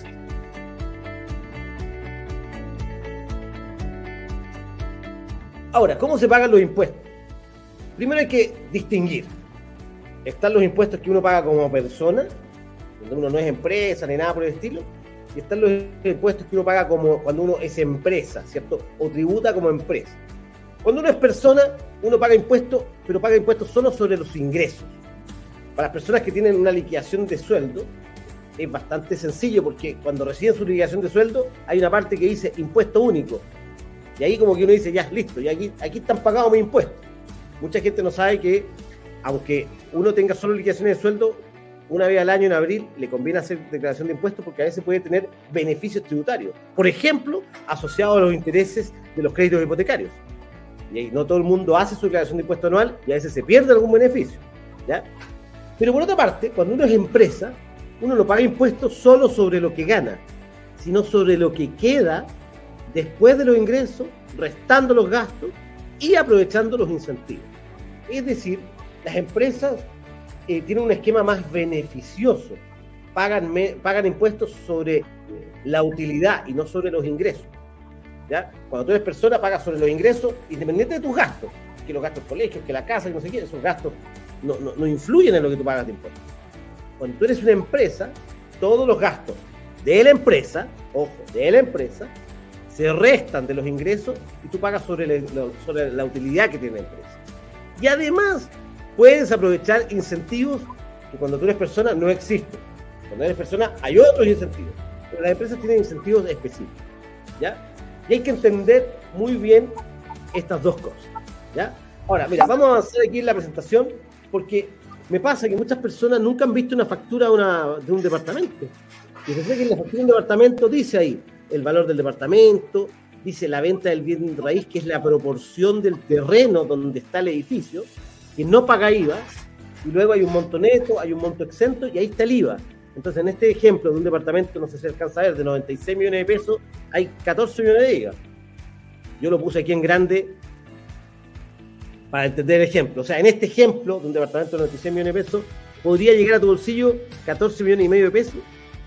Ahora, ¿cómo se pagan los impuestos? Primero hay que distinguir. Están los impuestos que uno paga como persona, donde uno no es empresa ni nada por el estilo, y están los impuestos que uno paga como cuando uno es empresa, ¿cierto? O tributa como empresa. Cuando uno es persona, uno paga impuestos, pero paga impuestos solo sobre los ingresos. Para las personas que tienen una liquidación de sueldo, es bastante sencillo porque cuando reciben su liquidación de sueldo, hay una parte que dice impuesto único. Y ahí como que uno dice, ya, listo, y aquí están pagados mis impuestos. Mucha gente no sabe que, aunque uno tenga solo liquidaciones de sueldo, una vez al año en abril le conviene hacer declaración de impuestos porque a veces puede tener beneficios tributarios. Por ejemplo, asociados a los intereses de los créditos hipotecarios. Y ahí no todo el mundo hace su declaración de impuesto anual y a veces se pierde algún beneficio, ¿ya? Pero por otra parte, cuando uno es empresa, uno no paga impuestos solo sobre lo que gana, sino sobre lo que queda después de los ingresos, restando los gastos y aprovechando los incentivos. Es decir, las empresas tienen un esquema más beneficioso, pagan impuestos sobre la utilidad y no sobre los ingresos, ¿ya? Cuando tú eres persona, pagas sobre los ingresos independiente de tus gastos, que los gastos del colegio, que la casa, que no sé qué, esos gastos no influyen en lo que tú pagas de impuestos. Cuando tú eres una empresa, todos los gastos de la empresa, ojo, de la empresa, se restan de los ingresos y tú pagas sobre la utilidad que tiene la empresa. Y además puedes aprovechar incentivos que cuando tú eres persona no existen. Cuando eres persona hay otros incentivos, pero las empresas tienen incentivos específicos, ¿ya? Y hay que entender muy bien estas dos cosas, ¿ya? Ahora, mira, vamos a hacer aquí la presentación porque me pasa que muchas personas nunca han visto una factura de un departamento. Y resulta que en la factura de un departamento dice ahí el valor del departamento, dice la venta del bien raíz, que es la proporción del terreno donde está el edificio, que no paga IVA, y luego hay un monto neto, hay un monto exento, y ahí está el IVA. Entonces, en este ejemplo de un departamento, no sé si se alcanza a ver, de 96 millones de pesos, hay 14 millones de IVA. Yo lo puse aquí en grande para entender el ejemplo. O sea, en este ejemplo de un departamento de 96 millones de pesos, ¿podría llegar a tu bolsillo 14 millones y medio de pesos?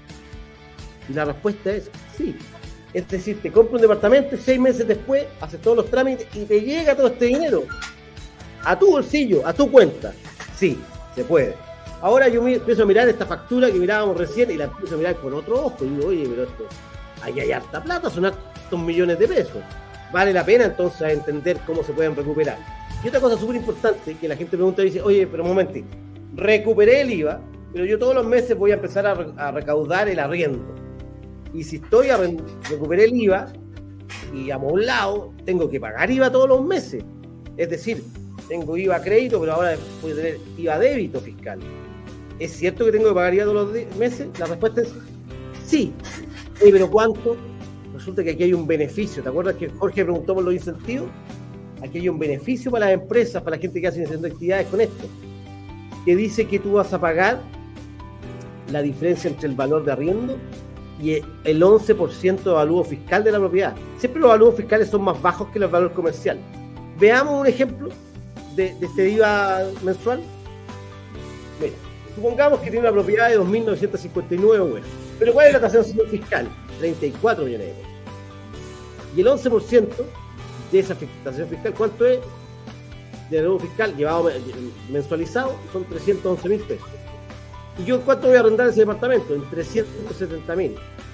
Y la respuesta es sí. Es decir, te compras un departamento y 6 meses después haces todos los trámites y te llega todo este dinero a tu bolsillo, a tu cuenta. Sí, se puede. Ahora yo empiezo a mirar esta factura que mirábamos recién y la empiezo a mirar con otro ojo y digo, oye, pero esto, ahí hay harta plata, son hartos millones de pesos. Vale la pena entonces entender cómo se pueden recuperar. Y otra cosa súper importante que la gente pregunta y dice, oye, pero un momentito, recuperé el IVA, pero yo todos los meses voy a empezar a recaudar el arriendo. Y si recuperé el IVA y amoblado, tengo que pagar IVA todos los meses. Es decir, tengo IVA a crédito, pero ahora voy a tener IVA a débito fiscal. ¿Es cierto que tengo que pagar IVA todos los meses? La respuesta es sí. Oye, ¿pero cuánto? Resulta que aquí hay un beneficio. ¿Te acuerdas que Jorge preguntó por los incentivos? Aquí hay un beneficio para las empresas, para la gente que hace actividades con esto, que dice que tú vas a pagar la diferencia entre el valor de arriendo y el 11% de avalúo fiscal de la propiedad. Siempre los avalúos fiscales son más bajos que el valor comercial. Veamos un ejemplo de este IVA mensual. Mira, supongamos que tiene una propiedad de 2.959 euros. Pero ¿cuál es la tasación fiscal? 34 millones de euros. Y el 11% de esa tasación fiscal, ¿cuánto es? De avalúo fiscal llevado mensualizado, son 311.000 pesos. ¿Y yo cuánto voy a arrendar ese departamento? En 370.000.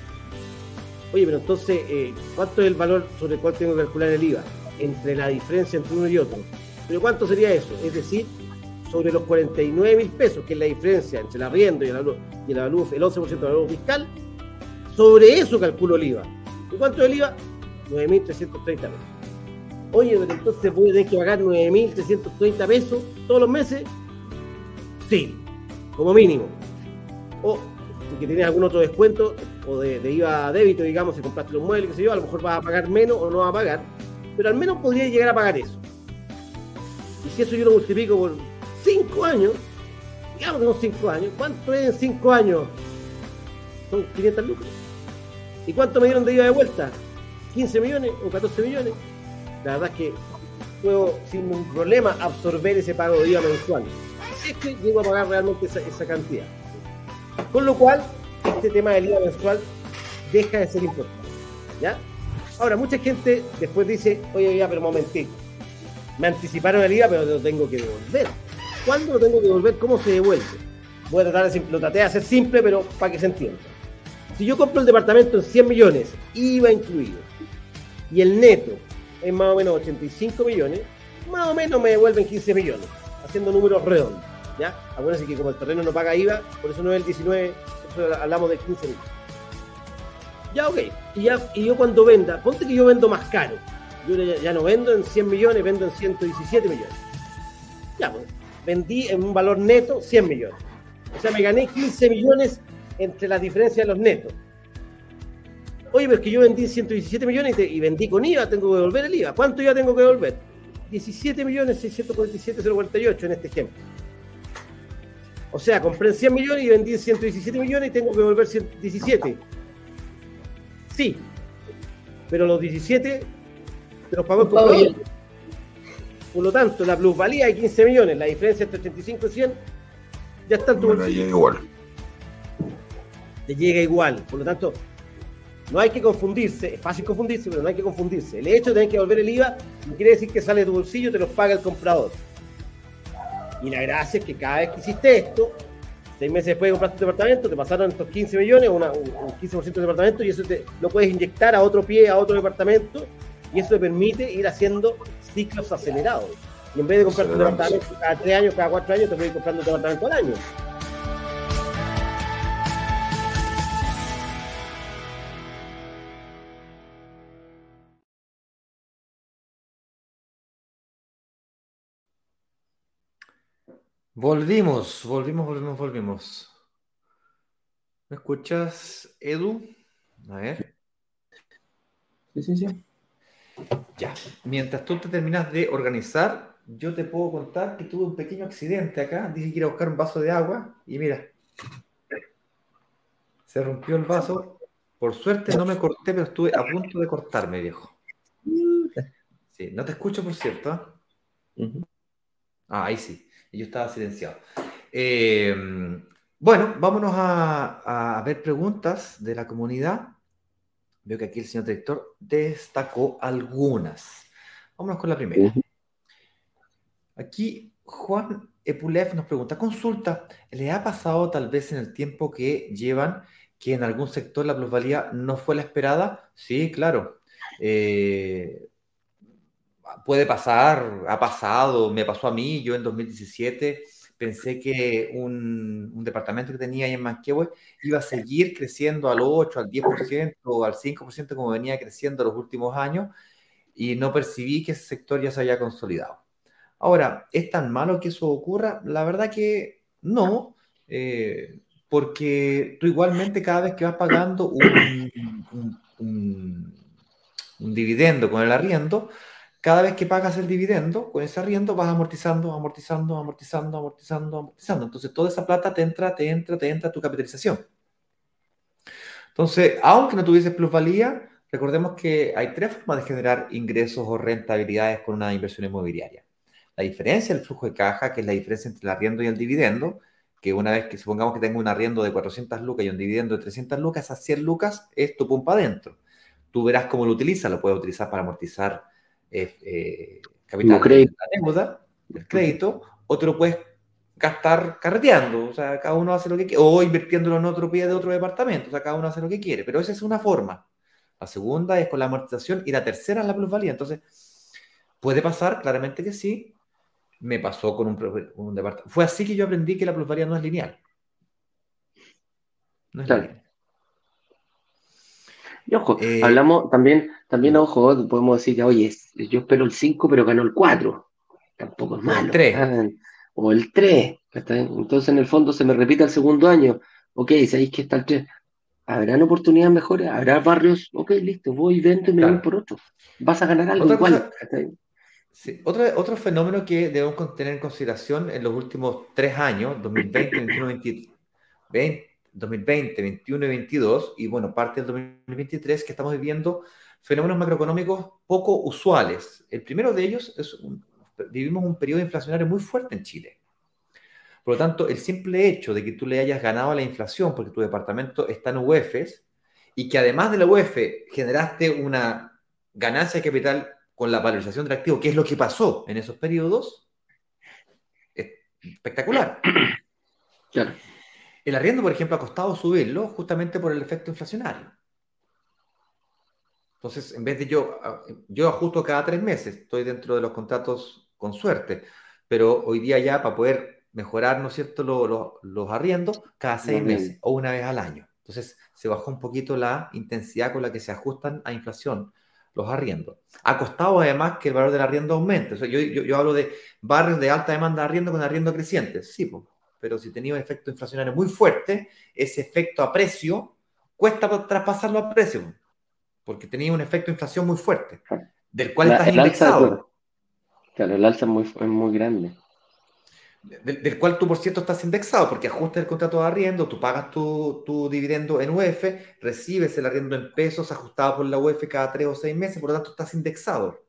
Oye, pero entonces, ¿cuánto es el valor sobre el cual tengo que calcular el IVA? Entre la diferencia entre uno y otro. ¿Pero cuánto sería eso? Es decir, sobre los 49.000 pesos, que es la diferencia entre el arriendo y el 11% del avalúo fiscal, sobre eso calculo el IVA. ¿Y cuánto es el IVA? 9.330 pesos. Oye, pero entonces voy a tener que pagar 9.330 pesos todos los meses. Sí, como mínimo. O si tienes algún otro descuento o de IVA a débito, digamos, si compraste los muebles, qué sé yo, a lo mejor vas a pagar menos o no vas a pagar, pero al menos podrías llegar a pagar eso. Y si eso yo lo multiplico por 5 años, digamos que son 5 años, ¿cuánto es en 5 años? Son 500 lucas. ¿Y cuánto me dieron de IVA de vuelta? 15 millones o 14 millones. La verdad es que puedo sin ningún problema absorber ese pago de IVA mensual. Si es que llego a pagar realmente esa cantidad. Con lo cual, este tema del IVA mensual deja de ser importante, ¿ya? Ahora, mucha gente después dice, oye, ya, pero un momentito, me anticiparon el IVA, pero lo tengo que devolver. ¿Cuándo lo tengo que devolver? ¿Cómo se devuelve? Voy a lo traté de hacer simple, pero para que se entienda. Si yo compro el departamento en 100 millones, IVA incluido, y el neto es más o menos 85 millones, más o menos me devuelven 15 millones, haciendo números redondos, ¿ya? Acuérdense que como el terreno no paga IVA, por eso no es el 19, por eso hablamos de 15 millones. Ya, ok. Y yo cuando venda, ponte que yo vendo más caro. Yo ya no vendo en 100 millones, vendo en 117 millones. Ya, pues, vendí en un valor neto 100 millones. O sea, me gané 15 millones entre la diferencia de los netos. Oye, pero es que yo vendí 117 millones y vendí con IVA, tengo que devolver el IVA. ¿Cuánto IVA tengo que devolver? 17.647.048 en este ejemplo. O sea, compré en 100 millones y vendí en 117 millones y tengo que devolver 117. Sí, pero los 17 te los pagó el comprador. Por lo tanto, la plusvalía de 15 millones, la diferencia entre 85 y 100, ya está en tu bolsillo. Llega igual. Te llega igual. Por lo tanto, no hay que confundirse. Es fácil confundirse, pero no hay que confundirse. El hecho de tener que devolver el IVA no quiere decir que sale de tu bolsillo, te los paga el comprador. Y la gracia es que cada vez que hiciste esto, 6 meses después de compraste tu departamento, te pasaron estos 15 millones, un 15% del departamento, y eso lo puedes inyectar a otro pie, a otro departamento, y eso te permite ir haciendo ciclos acelerados. Y en vez de comprarte un Absolutamente. departamento cada 3 años, cada 4 años, te puedes ir comprando un departamento al año. Volvimos. ¿Me escuchas, Edu? A ver. Sí. Ya. Mientras tú te terminas de organizar, yo te puedo contar que tuve un pequeño accidente acá. Dije que iba a buscar un vaso de agua y mira, se rompió el vaso. Por suerte no me corté, pero estuve a punto de cortarme, viejo. Sí, no te escucho, por cierto. ¿Ah? Ujú. Ahí sí. Y yo estaba silenciado. Eh, bueno, vámonos a ver preguntas de la comunidad. Veo que aquí el señor director destacó algunas. Vámonos con la primera. Ujú. Aquí Juan Epulev nos pregunta, consulta, ¿le ha pasado tal vez en el tiempo que llevan que en algún sector la plusvalía no fue la esperada? Sí, claro. Eh, Puede pasar, ha pasado, me pasó a mí, yo en 2017 pensé que un departamento que tenía ahí en Manquehue iba a seguir creciendo al 8, al 10% o al 5% como venía creciendo los últimos años y no percibí que ese sector ya se había consolidado. Ahora, ¿es tan malo que eso ocurra? La verdad que no, porque tú igualmente cada vez que vas pagando un dividendo con el arriendo, cada vez que pagas el dividendo con ese arriendo vas amortizando. Entonces toda esa plata te entra a tu capitalización. Entonces, aunque no tuvieses plusvalía, recordemos que hay tres formas de generar ingresos o rentabilidades con una inversión inmobiliaria. La diferencia del flujo de caja, que es la diferencia entre el arriendo y el dividendo, que una vez que supongamos que tengo un arriendo de 400 lucas y un dividendo de 300 lucas, esas 100 lucas es tu pumpa adentro. Tú verás cómo lo utilizas, lo puedes utilizar para amortizar Como capital de crédito. la deuda, el Ujú. crédito, o te lo puedes gastar carreteando, o sea, cada uno hace lo que quiere, o invirtiéndolo en otro pie de otro departamento, o sea, cada uno hace lo que quiere, pero esa es una forma. La segunda es con la amortización y la tercera es la plusvalía. Entonces, puede pasar, claramente que sí, me pasó con un departamento. Fue así que yo aprendí que la plusvalía no es lineal, no es Claro. lineal. Y ojo, Eh, hablamos también, mm, ojo, podemos decir que, oye, yo espero el 5 pero ganó el 4. Tampoco es o el malo. 3, ¿Ah? O el 3. ¿Cachai? Entonces, en el fondo, se me repite el segundo año. Ok, sabéis que está el 3. ¿Habrán oportunidades mejores? ¿Habrá barrios? Ok, listo, voy, vendo y me voy claro. por otro. Vas a ganar algo Otra igual. cosa, ¿Cachai? sí, otro fenómeno que debemos tener en consideración en los últimos 3 años, 2020, 21, 2020, 21 y 22, y bueno, parte del 2023, que estamos viviendo fenómenos macroeconómicos poco usuales. El primero de ellos es vivimos un periodo inflacionario muy fuerte en Chile. Por lo tanto, el simple hecho de que tú le hayas ganado a la inflación porque tu departamento está en UEFs y que además de la UEF generaste una ganancia de capital con la valorización del activo, que es lo que pasó en esos periodos, es espectacular. Claro. El arriendo, por ejemplo, ha costado subirlo justamente por el efecto inflacionario. Entonces, en vez de yo ajusto cada 3 meses, estoy dentro de los contratos con suerte, pero hoy día ya para poder mejorar, ¿no es cierto?, los arriendos, cada Lo 6 meses bien. o una vez al año. Entonces, se bajó un poquito la intensidad con la que se ajustan a inflación los arriendos. Ha costado además que el valor del arriendo aumente. O sea, yo hablo de barrios de alta demanda de arriendo con arriendo creciente, sí, po, pero si tenía un efecto inflacionario muy fuerte, ese efecto a precio cuesta traspasarlo a precio porque tenía un efecto de inflación muy fuerte, del cual estás El alza, indexado, claro, el alza es muy grande. del cual tú, por cierto, estás indexado, porque ajustas el contrato de arriendo, tú pagas tu dividendo en UF, recibes el arriendo en pesos ajustado por la UF cada 3 o 6 meses, por lo tanto estás indexado.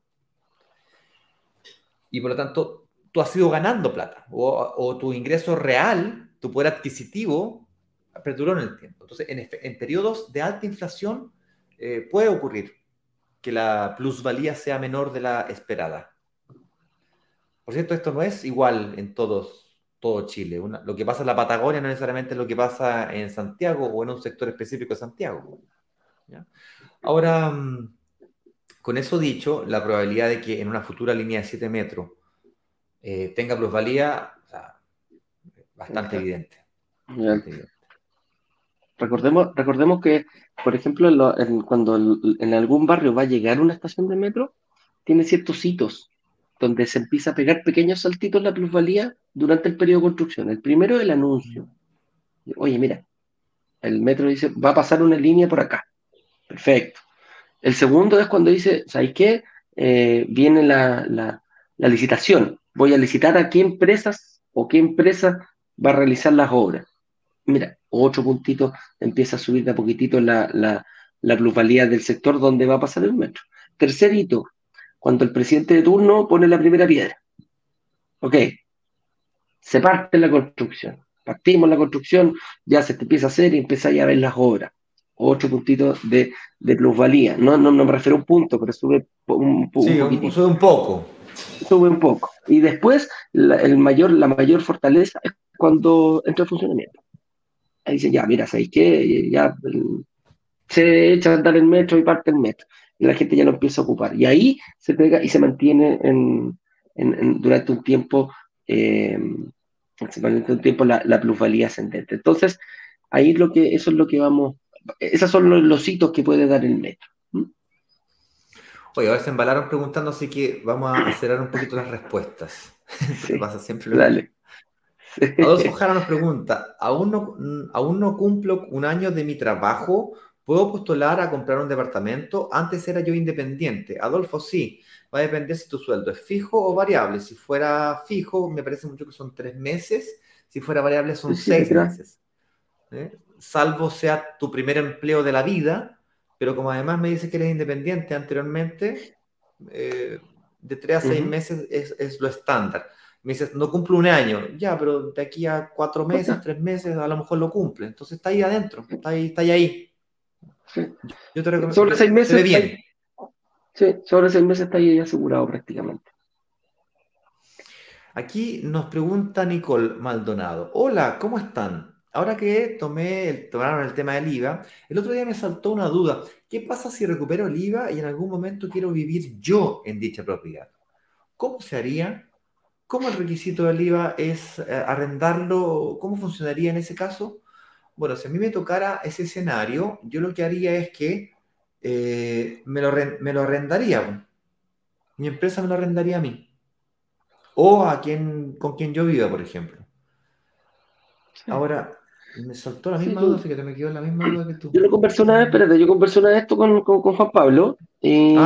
Y por lo tanto, tú has ido ganando plata, o tu ingreso real, tu poder adquisitivo, perduró en el tiempo. Entonces, en periodos de alta inflación, puede ocurrir que la plusvalía sea menor de la esperada. Por cierto, esto no es igual en todo Chile. Lo que pasa en la Patagonia no necesariamente es lo que pasa en Santiago o en un sector específico de Santiago. ¿Ya? Ahora, con eso dicho, la probabilidad de que en una futura línea de 7 metros tenga plusvalía, o sea, bastante evidente. Bastante evidente. Recordemos que, por ejemplo, cuando en algún barrio va a llegar una estación de metro, tiene ciertos hitos donde se empieza a pegar pequeños saltitos la plusvalía durante el periodo de construcción. El primero es el anuncio. Oye, mira, el metro dice, va a pasar una línea por acá. Perfecto. El segundo es cuando dice, ¿sabes qué? Viene la licitación. Voy a licitar a qué empresas o qué empresa va a realizar las obras. Mira, otro puntito, empieza a subir de a poquitito la plusvalía del sector donde va a pasar el metro. Tercer hito, cuando el presidente de turno pone la primera piedra. Ok, se parte la construcción. Partimos la construcción, ya se te empieza a hacer y empieza a ver las obras. Otro puntito de plusvalía. No me refiero a un punto, pero sube un poquitito. Sube un poco. Sube un poco. Y después, la mayor fortaleza es cuando entra el funcionamiento. Ahí dicen, ya, mira, ¿sabéis qué? Ya se echa a andar el metro y parte el metro. Y la gente ya lo empieza a ocupar. Y ahí se pega y se mantiene durante un tiempo, la plusvalía ascendente. Entonces, ahí eso es lo que vamos, esos son los hitos que puede dar el metro. Oye, ahora se embalaron preguntando, así que vamos a acelerar un poquito las respuestas. Sí, pasa siempre lo dale. Adolfo Jara nos pregunta, ¿aún no cumplo un año de mi trabajo? ¿Puedo postular a comprar un departamento? Antes era yo independiente. Adolfo, sí. Va a depender si tu sueldo es fijo o variable. Si fuera fijo, me parece mucho que son 3 meses. Si fuera variable, son 6 meses. Salvo sea tu primer empleo de la vida, pero como además me dices que eres independiente anteriormente, de 3 a 6 meses es lo estándar. Me dices, no cumplo un año. Ya, pero de aquí a 4 meses, 3 meses, a lo mejor lo cumple. Entonces está ahí adentro, está ahí. Sí. Yo te recomiendo. Sobre 6 meses. Se ve bien. Sí, sobre 6 meses está ahí asegurado prácticamente. Aquí nos pregunta Nicole Maldonado. Hola, ¿cómo están? Ahora que tomaron el tema del IVA, el otro día me saltó una duda. ¿Qué pasa si recupero el IVA y en algún momento quiero vivir yo en dicha propiedad? ¿Cómo se haría? ¿Cómo el requisito del IVA es arrendarlo? ¿Cómo funcionaría en ese caso? Bueno, si a mí me tocara ese escenario, yo lo que haría es que me lo arrendaría. Mi empresa me lo arrendaría a mí. O con quien yo viva, por ejemplo. Sí. Ahora, me saltó la misma duda, fíjate, me quedó la misma duda que tú. Yo conversé una vez esto con Juan Pablo, que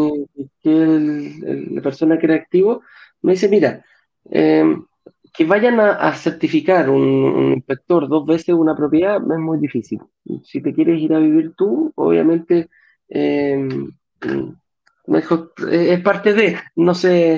la persona que era activo, me dice, mira, que vayan a certificar un inspector 2 veces una propiedad es muy difícil. Si te quieres ir a vivir tú, obviamente mejor, es parte de, no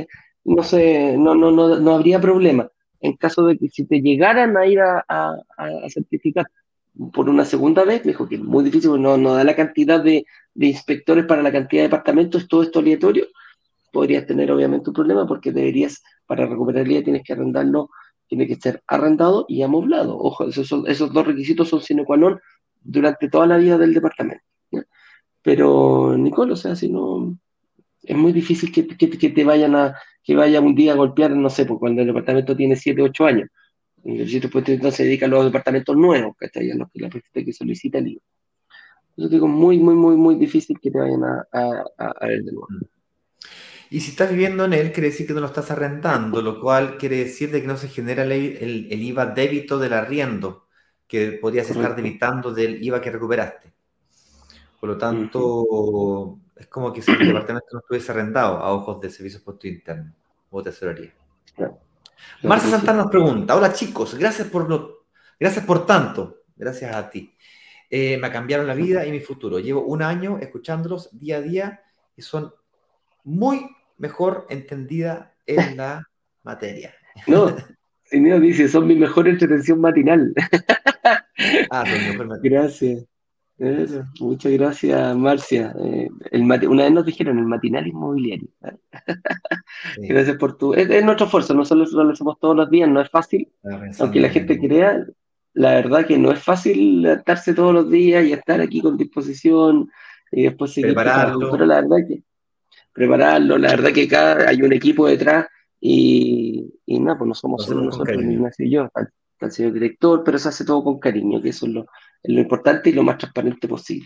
habría problema. En caso de que si te llegaran a ir a certificar por una segunda vez, me dijo que es muy difícil, porque no da la cantidad de inspectores para la cantidad de departamentos, todo esto aleatorio. Podrías tener obviamente un problema porque para recuperar el IVA tienes que arrendarlo, tiene que ser arrendado y amoblado. Ojo, esos 2 requisitos son sine qua non durante toda la vida del departamento, ¿ya? Pero, Nicole, o sea, si no, es muy difícil que que vaya un día a golpear, no sé, porque cuando el departamento tiene 7, 8 años. El registro puesto entonces se dedica a los departamentos nuevos, ¿cachai? A los que la gente que solicita el IVA. Yo digo, muy, muy, muy, muy difícil que te vayan a ver de nuevo. Y si estás viviendo en él, quiere decir que no lo estás arrendando, lo cual quiere decir de que no se genera el IVA débito del arriendo, que podrías estar debitando del IVA que recuperaste. Por lo tanto, es como que si el departamento no estuviese arrendado a ojos de Servicios Puestos Internos o Tesorería. Marcia Santana nos pregunta, hola chicos, gracias por tanto, gracias a ti. Me cambiaron la vida y mi futuro. Llevo 1 año escuchándolos día a día y son muy mejor entendida en la materia. No, señor dice, son mi mejor entretención matinal. Son mi mejor matinal. Gracias. Muchas gracias, Marcia. Una vez nos dijeron el matinal inmobiliario. Sí. Gracias por es nuestro esfuerzo, nosotros lo hacemos todos los días, no es fácil, aunque la gente crea, la verdad que no es fácil levantarse todos los días y estar aquí con disposición y después seguir prepararlo. Pero la verdad que prepararlo, la verdad que hay un equipo detrás y nada, pues no somos solo Nosotros con nosotros, ni cariño. Ignacio y yo, está el señor director, pero se hace todo con cariño, que eso es lo importante y lo más transparente posible.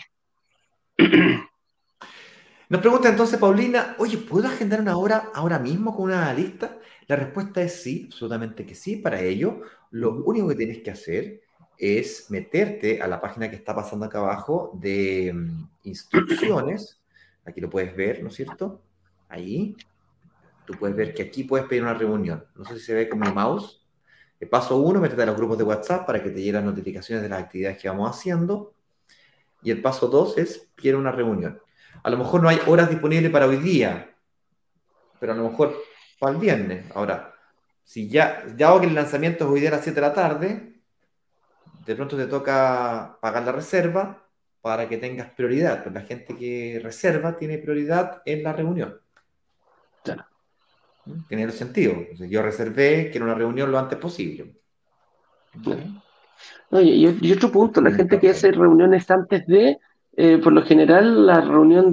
Nos pregunta entonces Paulina, oye, ¿puedo agendar una hora ahora mismo con una lista? La respuesta es sí, absolutamente que sí. Para ello, lo único que tienes que hacer es meterte a la página que está pasando acá abajo de instrucciones. Aquí lo puedes ver, ¿no es cierto? Ahí. Tú puedes ver que aquí puedes pedir una reunión. No sé si se ve con mi mouse. El paso 1, métete a los grupos de WhatsApp para que te lleguen las notificaciones de las actividades que vamos haciendo. Y el paso 2 es quiero una reunión. A lo mejor no hay horas disponibles para hoy día, pero a lo mejor para el viernes. Ahora, si ya hago que el lanzamiento es hoy día a las 7 de la tarde, de pronto te toca pagar la reserva para que tengas prioridad. Pues la gente que reserva tiene prioridad en la reunión. Claro. Tiene sentido. Entonces, yo reservé, quiero una reunión lo antes posible. Claro. No, y otro punto, la gente que hace reuniones antes de, por lo general, la reunión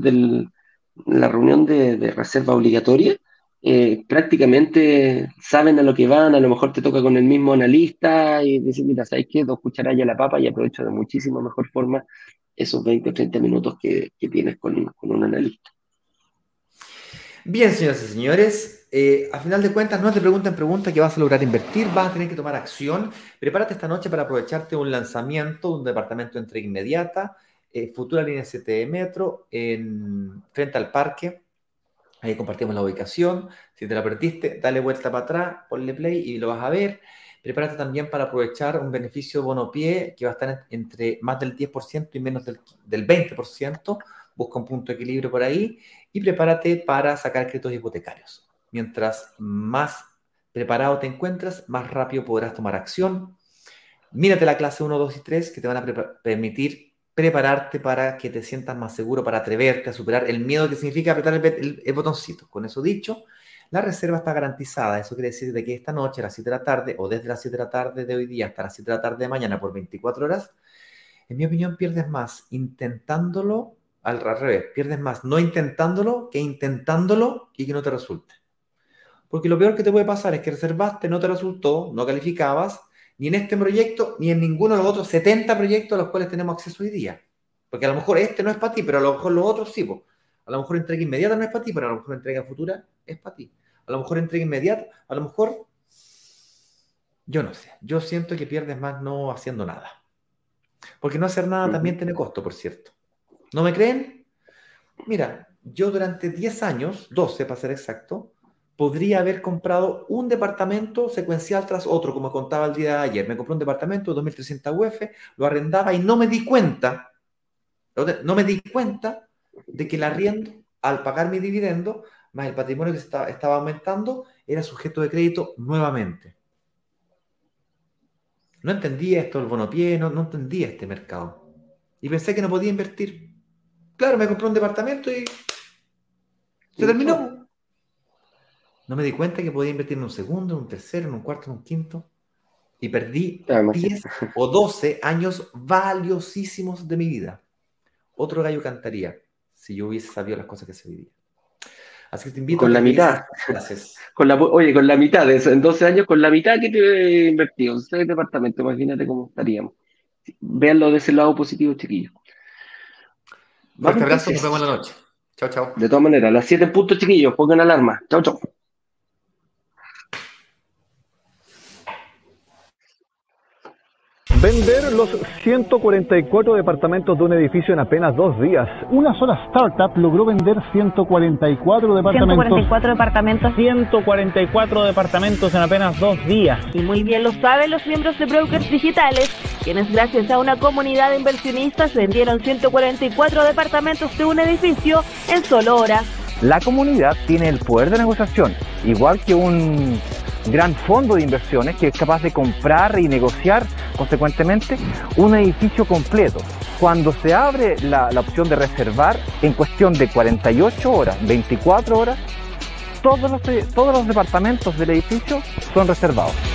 la reunión de reserva obligatoria, prácticamente saben a lo que van, a lo mejor te toca con el mismo analista y decir, mira, ¿sabes qué? 2 cucharadas a la papa y aprovecho de muchísimo mejor forma esos 20 o 30 minutos que tienes con un analista. Bien, señoras y señores, a final de cuentas, no te pregunten que vas a lograr invertir, vas a tener que tomar acción. Prepárate esta noche para aprovecharte un lanzamiento de un departamento de entrega inmediata, futura línea 7 de metro, frente al parque. Ahí compartimos la ubicación. Si te la perdiste, dale vuelta para atrás, ponle play y lo vas a ver. Prepárate también para aprovechar un beneficio bono pie que va a estar entre más del 10% y menos del 20%. Busca un punto de equilibrio por ahí y prepárate para sacar créditos hipotecarios. Mientras más preparado te encuentras, más rápido podrás tomar acción. Mírate la clase 1, 2 y 3 que te van a permitir prepararte para que te sientas más seguro, para atreverte a superar el miedo que significa apretar el botoncito. Con eso dicho, la reserva está garantizada. Eso quiere decir de que esta noche a las 7 de la tarde o desde las 7 de la tarde de hoy día hasta las 7 de la tarde de mañana por 24 horas, en mi opinión pierdes más intentándolo, al revés, pierdes más no intentándolo que intentándolo y que no te resulte. Porque lo peor que te puede pasar es que reservaste, no te resultó, no calificabas, ni en este proyecto, ni en ninguno de los otros 70 proyectos a los cuales tenemos acceso hoy día. Porque a lo mejor este no es para ti, pero a lo mejor los otros sí. A lo mejor entrega inmediata no es para ti, pero a lo mejor entrega futura es para ti. A lo mejor entrega inmediata, a lo mejor, yo no sé. Yo siento que pierdes más no haciendo nada. Porque no hacer nada también tiene costo, por cierto. ¿No me creen? Mira, yo durante 10 años, 12 para ser exacto, podría haber comprado un departamento secuencial tras otro, como contaba el día de ayer. Me compré un departamento de 2.300 UF, lo arrendaba y no me di cuenta de que el arriendo, al pagar mi dividendo, más el patrimonio que estaba aumentando, era sujeto de crédito nuevamente. No entendía esto, el bonopié, no entendía este mercado. Y pensé que no podía invertir. Claro, me compré un departamento y se terminó. No me di cuenta que podía invertir en un segundo, en un tercero, en un cuarto, en un quinto. Y perdí 10 o 12 años valiosísimos de mi vida. Otro gallo cantaría si yo hubiese sabido las cosas que se vivían. Así que te invito con a la mitad. Con la mitad de eso, en 12 años, con la mitad que te he invertido. 6 departamentos, imagínate cómo estaríamos. Véanlo de ese lado positivo, chiquillos. Fuerte abrazo, nos vemos en la noche. Chao, chao. De todas maneras, a las 7 en punto, chiquillos, pongan alarma. Chao, chao. Vender los 144 departamentos de un edificio en apenas 2 días. Una sola startup logró vender 144 departamentos. 144 departamentos en apenas 2 días. Y muy bien lo saben los miembros de Brokers Digitales, quienes gracias a una comunidad de inversionistas vendieron 144 departamentos de un edificio en solo horas. La comunidad tiene el poder de negociación, igual que un gran fondo de inversiones que es capaz de comprar y negociar consecuentemente un edificio completo. Cuando se abre la opción de reservar, en cuestión de 48 horas, 24 horas, todos los departamentos del edificio son reservados.